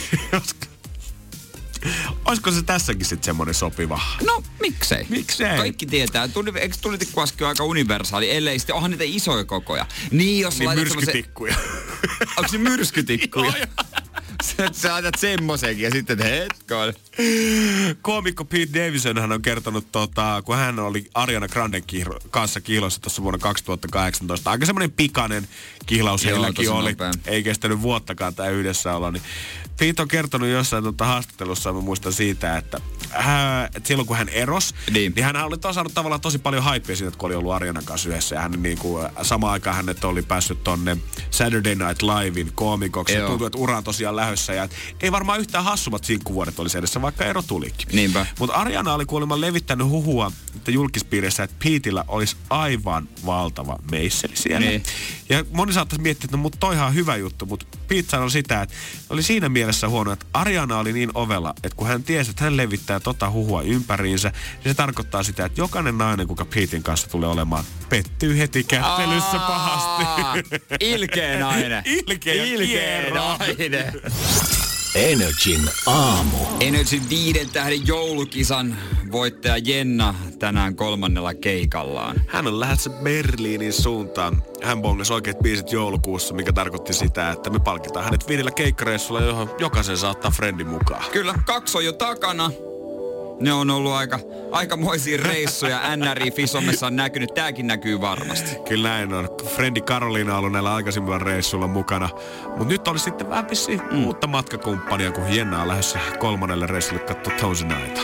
Olisiko se tässäkin sitten semmoinen sopiva? No, miksei? Kaikki tietää. Eikö tulitikkuaski ole aika universaali, ellei sitten onhan niitä isoja kokoja. Niin, jos niin myrskytikkuja. Onko se myrskytikkuja? Sä laitat semmosenkin ja sitten hetkoon. Koomikko Pete Davidsonhan on kertonut, kun hän oli Ariana Granden kanssa kihloissa tuossa vuonna 2018. Aika semmoinen pikainen kihlaus heilläkin oli. Nopea. Ei kestänyt vuottakaan tämä yhdessäolo. Niin Pete on kertonut jossain haastattelussa, mä muistan siitä, että silloin kun hän erosi, niin hän oli saanut tavallaan tosi paljon hypeä siitä, kun oli ollut Arianan kanssa yhdessä. Ja hän samaan aikaan hänet oli päässyt tonne Saturday Night Livein koomikoksi. Ja tuntui, että ura on tosiaan lähdössä. Ja ei varmaan yhtään hassummat sinkkuvuodet olisi edessä, vaikka ero tulikin. Niinpä. Mutta Ariana oli kuulemma levittänyt huhua julkispiirissä, että Petellä olisi aivan valtava meisseli siellä. Niin. Ja moni saattaisi miettiä, että mutta toihan on hyvä juttu, mutta Pete sanoi sitä, että oli siinä mielessä huono, että Ariana oli niin ovella, että kun hän tiesi, että hän levittää huhua ympäriinsä, niin se tarkoittaa sitä, että jokainen nainen, kuka Peten kanssa tulee olemaan, pettyy heti kättelyssä pahasti. Ilkeä nainen. Ilkeä nainen. Energin aamu. Energin 5 tähden joulukisan voittaja Jenna tänään 3. keikallaan. Hän on lähdössä Berliinin suuntaan. Hän bongasi oikeat biisit joulukuussa, mikä tarkoitti sitä, että me palkitaan hänet 5 keikkareissulla, johon jokaisen saa ottaa friendin mukaan. Kyllä, 2 on jo takana. Ne on ollut aikamoisia reissuja. NRI-Fisomessa on näkynyt. Tääkin näkyy varmasti. Kyllä näin on. Frendi Karoliina on ollut näillä aikaisemmilla reissuilla mukana. Mutta nyt oli sitten vähän vissiin uutta matkakumppania, kun Jenna on lähdössä 3. reissulle katsoa Tones Nighta.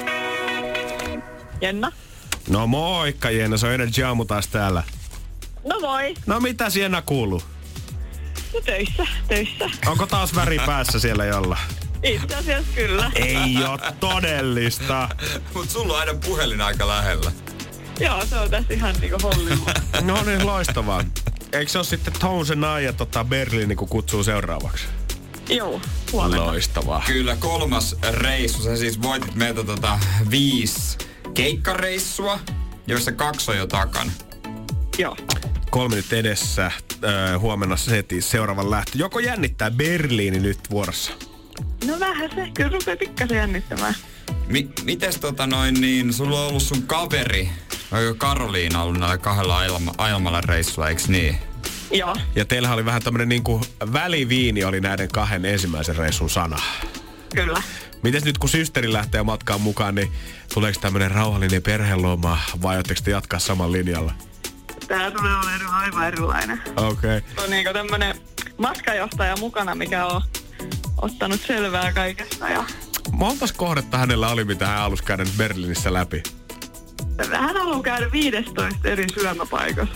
Jenna? No moikka Jenna, se on Energy Aamu taas täällä. No moi. No mitäs Jenna kuuluu? No töissä. Onko taas väri päässä siellä jolla? Itse asiassa kyllä. Ei oo todellista. Mut sulla on aina puhelin aika lähellä. Joo, se on tässä ihan niinku hollilla. No niin, loistavaa. Eikö se ole sitten Tones ja Berliini, kun kutsuu seuraavaksi? Joo, huomenna. Loistavaa. Kyllä, 3. reissu. Sä siis voitit meiltä 5 keikkareissua, joista 2 on jo takana. Joo. 3 nyt edessä. Huomenna heti seuraavan lähtö. Joko jännittää Berliini nyt vuorossa? No vähän se. Kyllä rupeaa pikkasen jännittämään. Mites sulla on ollut sun kaveri, Karoliina, ollut näillä 2 Ailmalla reissulla, eiks niin? Joo. Ja teillähän oli vähän tämmönen niinku väliviini oli näiden 2 ensimmäisen reissun sana. Kyllä. Mites nyt kun systeri lähtee matkaan mukaan, niin tuleeko tämmönen rauhallinen perheloma vai ootteko te jatkaa saman linjalla? Tää tulee olemaan aivan erilainen. Okei. Okay. On niinku tämmönen matkajohtaja mukana, mikä on ottanut selvää kaikesta. Ja montas kohdetta hänellä oli, mitä hän halusi käydä Berliinissä läpi? Hän haluaa käydä 15 eri syömäpaikassa.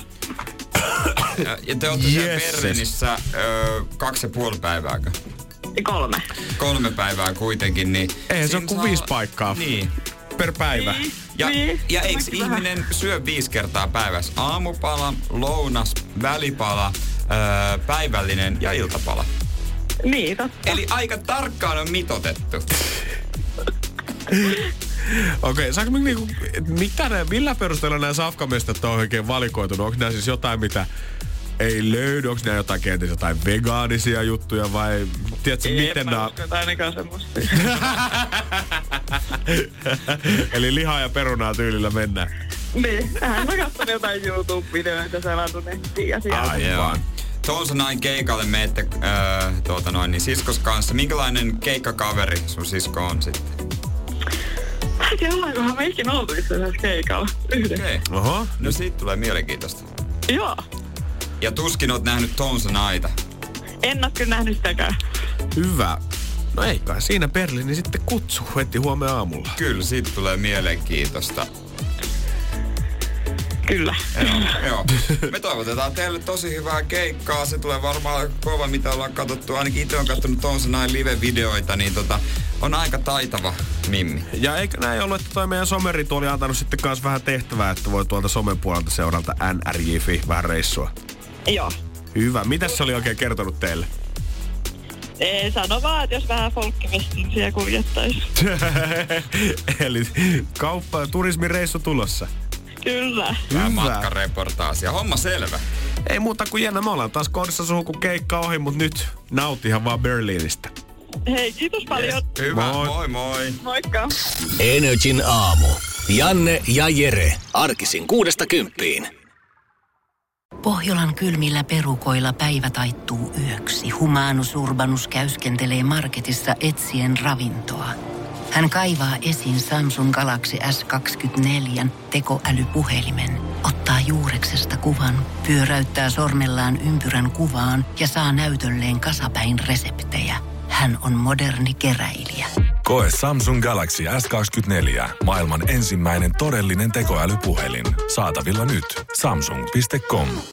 Ja te ootte siellä Berliinissä 2,5 päivääkö? 3. 3 päivää kuitenkin, niin eihän se on kuin 5 paikkaa per päivä. Ja eikö ihminen syö 5 kertaa päivässä? Aamupala, lounas, välipala, päivällinen ja iltapala. Niin, totta. Eli aika tarkkaan on mitotettu. Okei, saanko millä perusteella nämä safkamestat on oikein valikoitunut? Onko nämä siis jotain, mitä ei löydy? Onko nämä jotain vegaanisia juttuja vai tiedätkö, miten nämä... Ei, mä ainakaan semmoista. Eli lihaa ja perunaa tyylillä mennään. Niin, mä katson jotain YouTube-videoita selatu nettiin ja sieltä. Aivan. Tones Night keikalle meette niin siskos kanssa. Minkälainen keikkakaveri sun sisko on sitten? Mä en tiedä, ollaankohan me ikinä oltu itse asiassa keikalla yhdessä. Okay. Oho. No siitä tulee mielenkiintoista. Joo. Ja tuskin oot nähnyt Tones Nighta. En oo kyllä nähnyt sitäkään. Hyvä. No ei kai siinä Berliini sitten kutsuu heti huomenna aamulla. Kyllä, siitä tulee mielenkiintoista. Kyllä. Joo. Me toivotetaan teille tosi hyvää keikkaa. Se tulee varmaan kova, mitä ollaan katsottu. Ainakin itse on katsonut Tones Night live-videoita, niin on aika taitava mimmi. Ja eikö näin ollut, että toi meidän someritu oli antanut sitten kans vähän tehtävää, että voi tuolta somen puolelta seurata NRJ.fi vähän reissua? Joo. Hyvä. Mitäs se oli oikein kertonut teille? Ei, sano vaan, että jos vähän folkkimestinsiä kuljettaisi. Eli turismireissu tulossa. Kyllä. Vähän matkareportaasia. Homma selvä. Ei muuta kuin Jenna, me ollaan taas kohdissa suhun kun keikka ohi, mutta nyt nautihan vaan Berliinistä. Hei, kiitos paljon. Yes. Hyvä, moi moi. Moikka. Energin aamu. Janne ja Jere. Arkisin 6–10. Pohjolan kylmillä perukoilla päivä taittuu yöksi. Humanus Urbanus käyskentelee marketissa etsien ravintoa. Hän kaivaa esiin Samsung Galaxy S24 tekoälypuhelimen, ottaa juureksesta kuvan, pyöräyttää sormellaan ympyrän kuvaan ja saa näytölleen kasapäin reseptejä. Hän on moderni keräilijä. Koe Samsung Galaxy S24. Maailman ensimmäinen todellinen tekoälypuhelin. Saatavilla nyt. Samsung.com.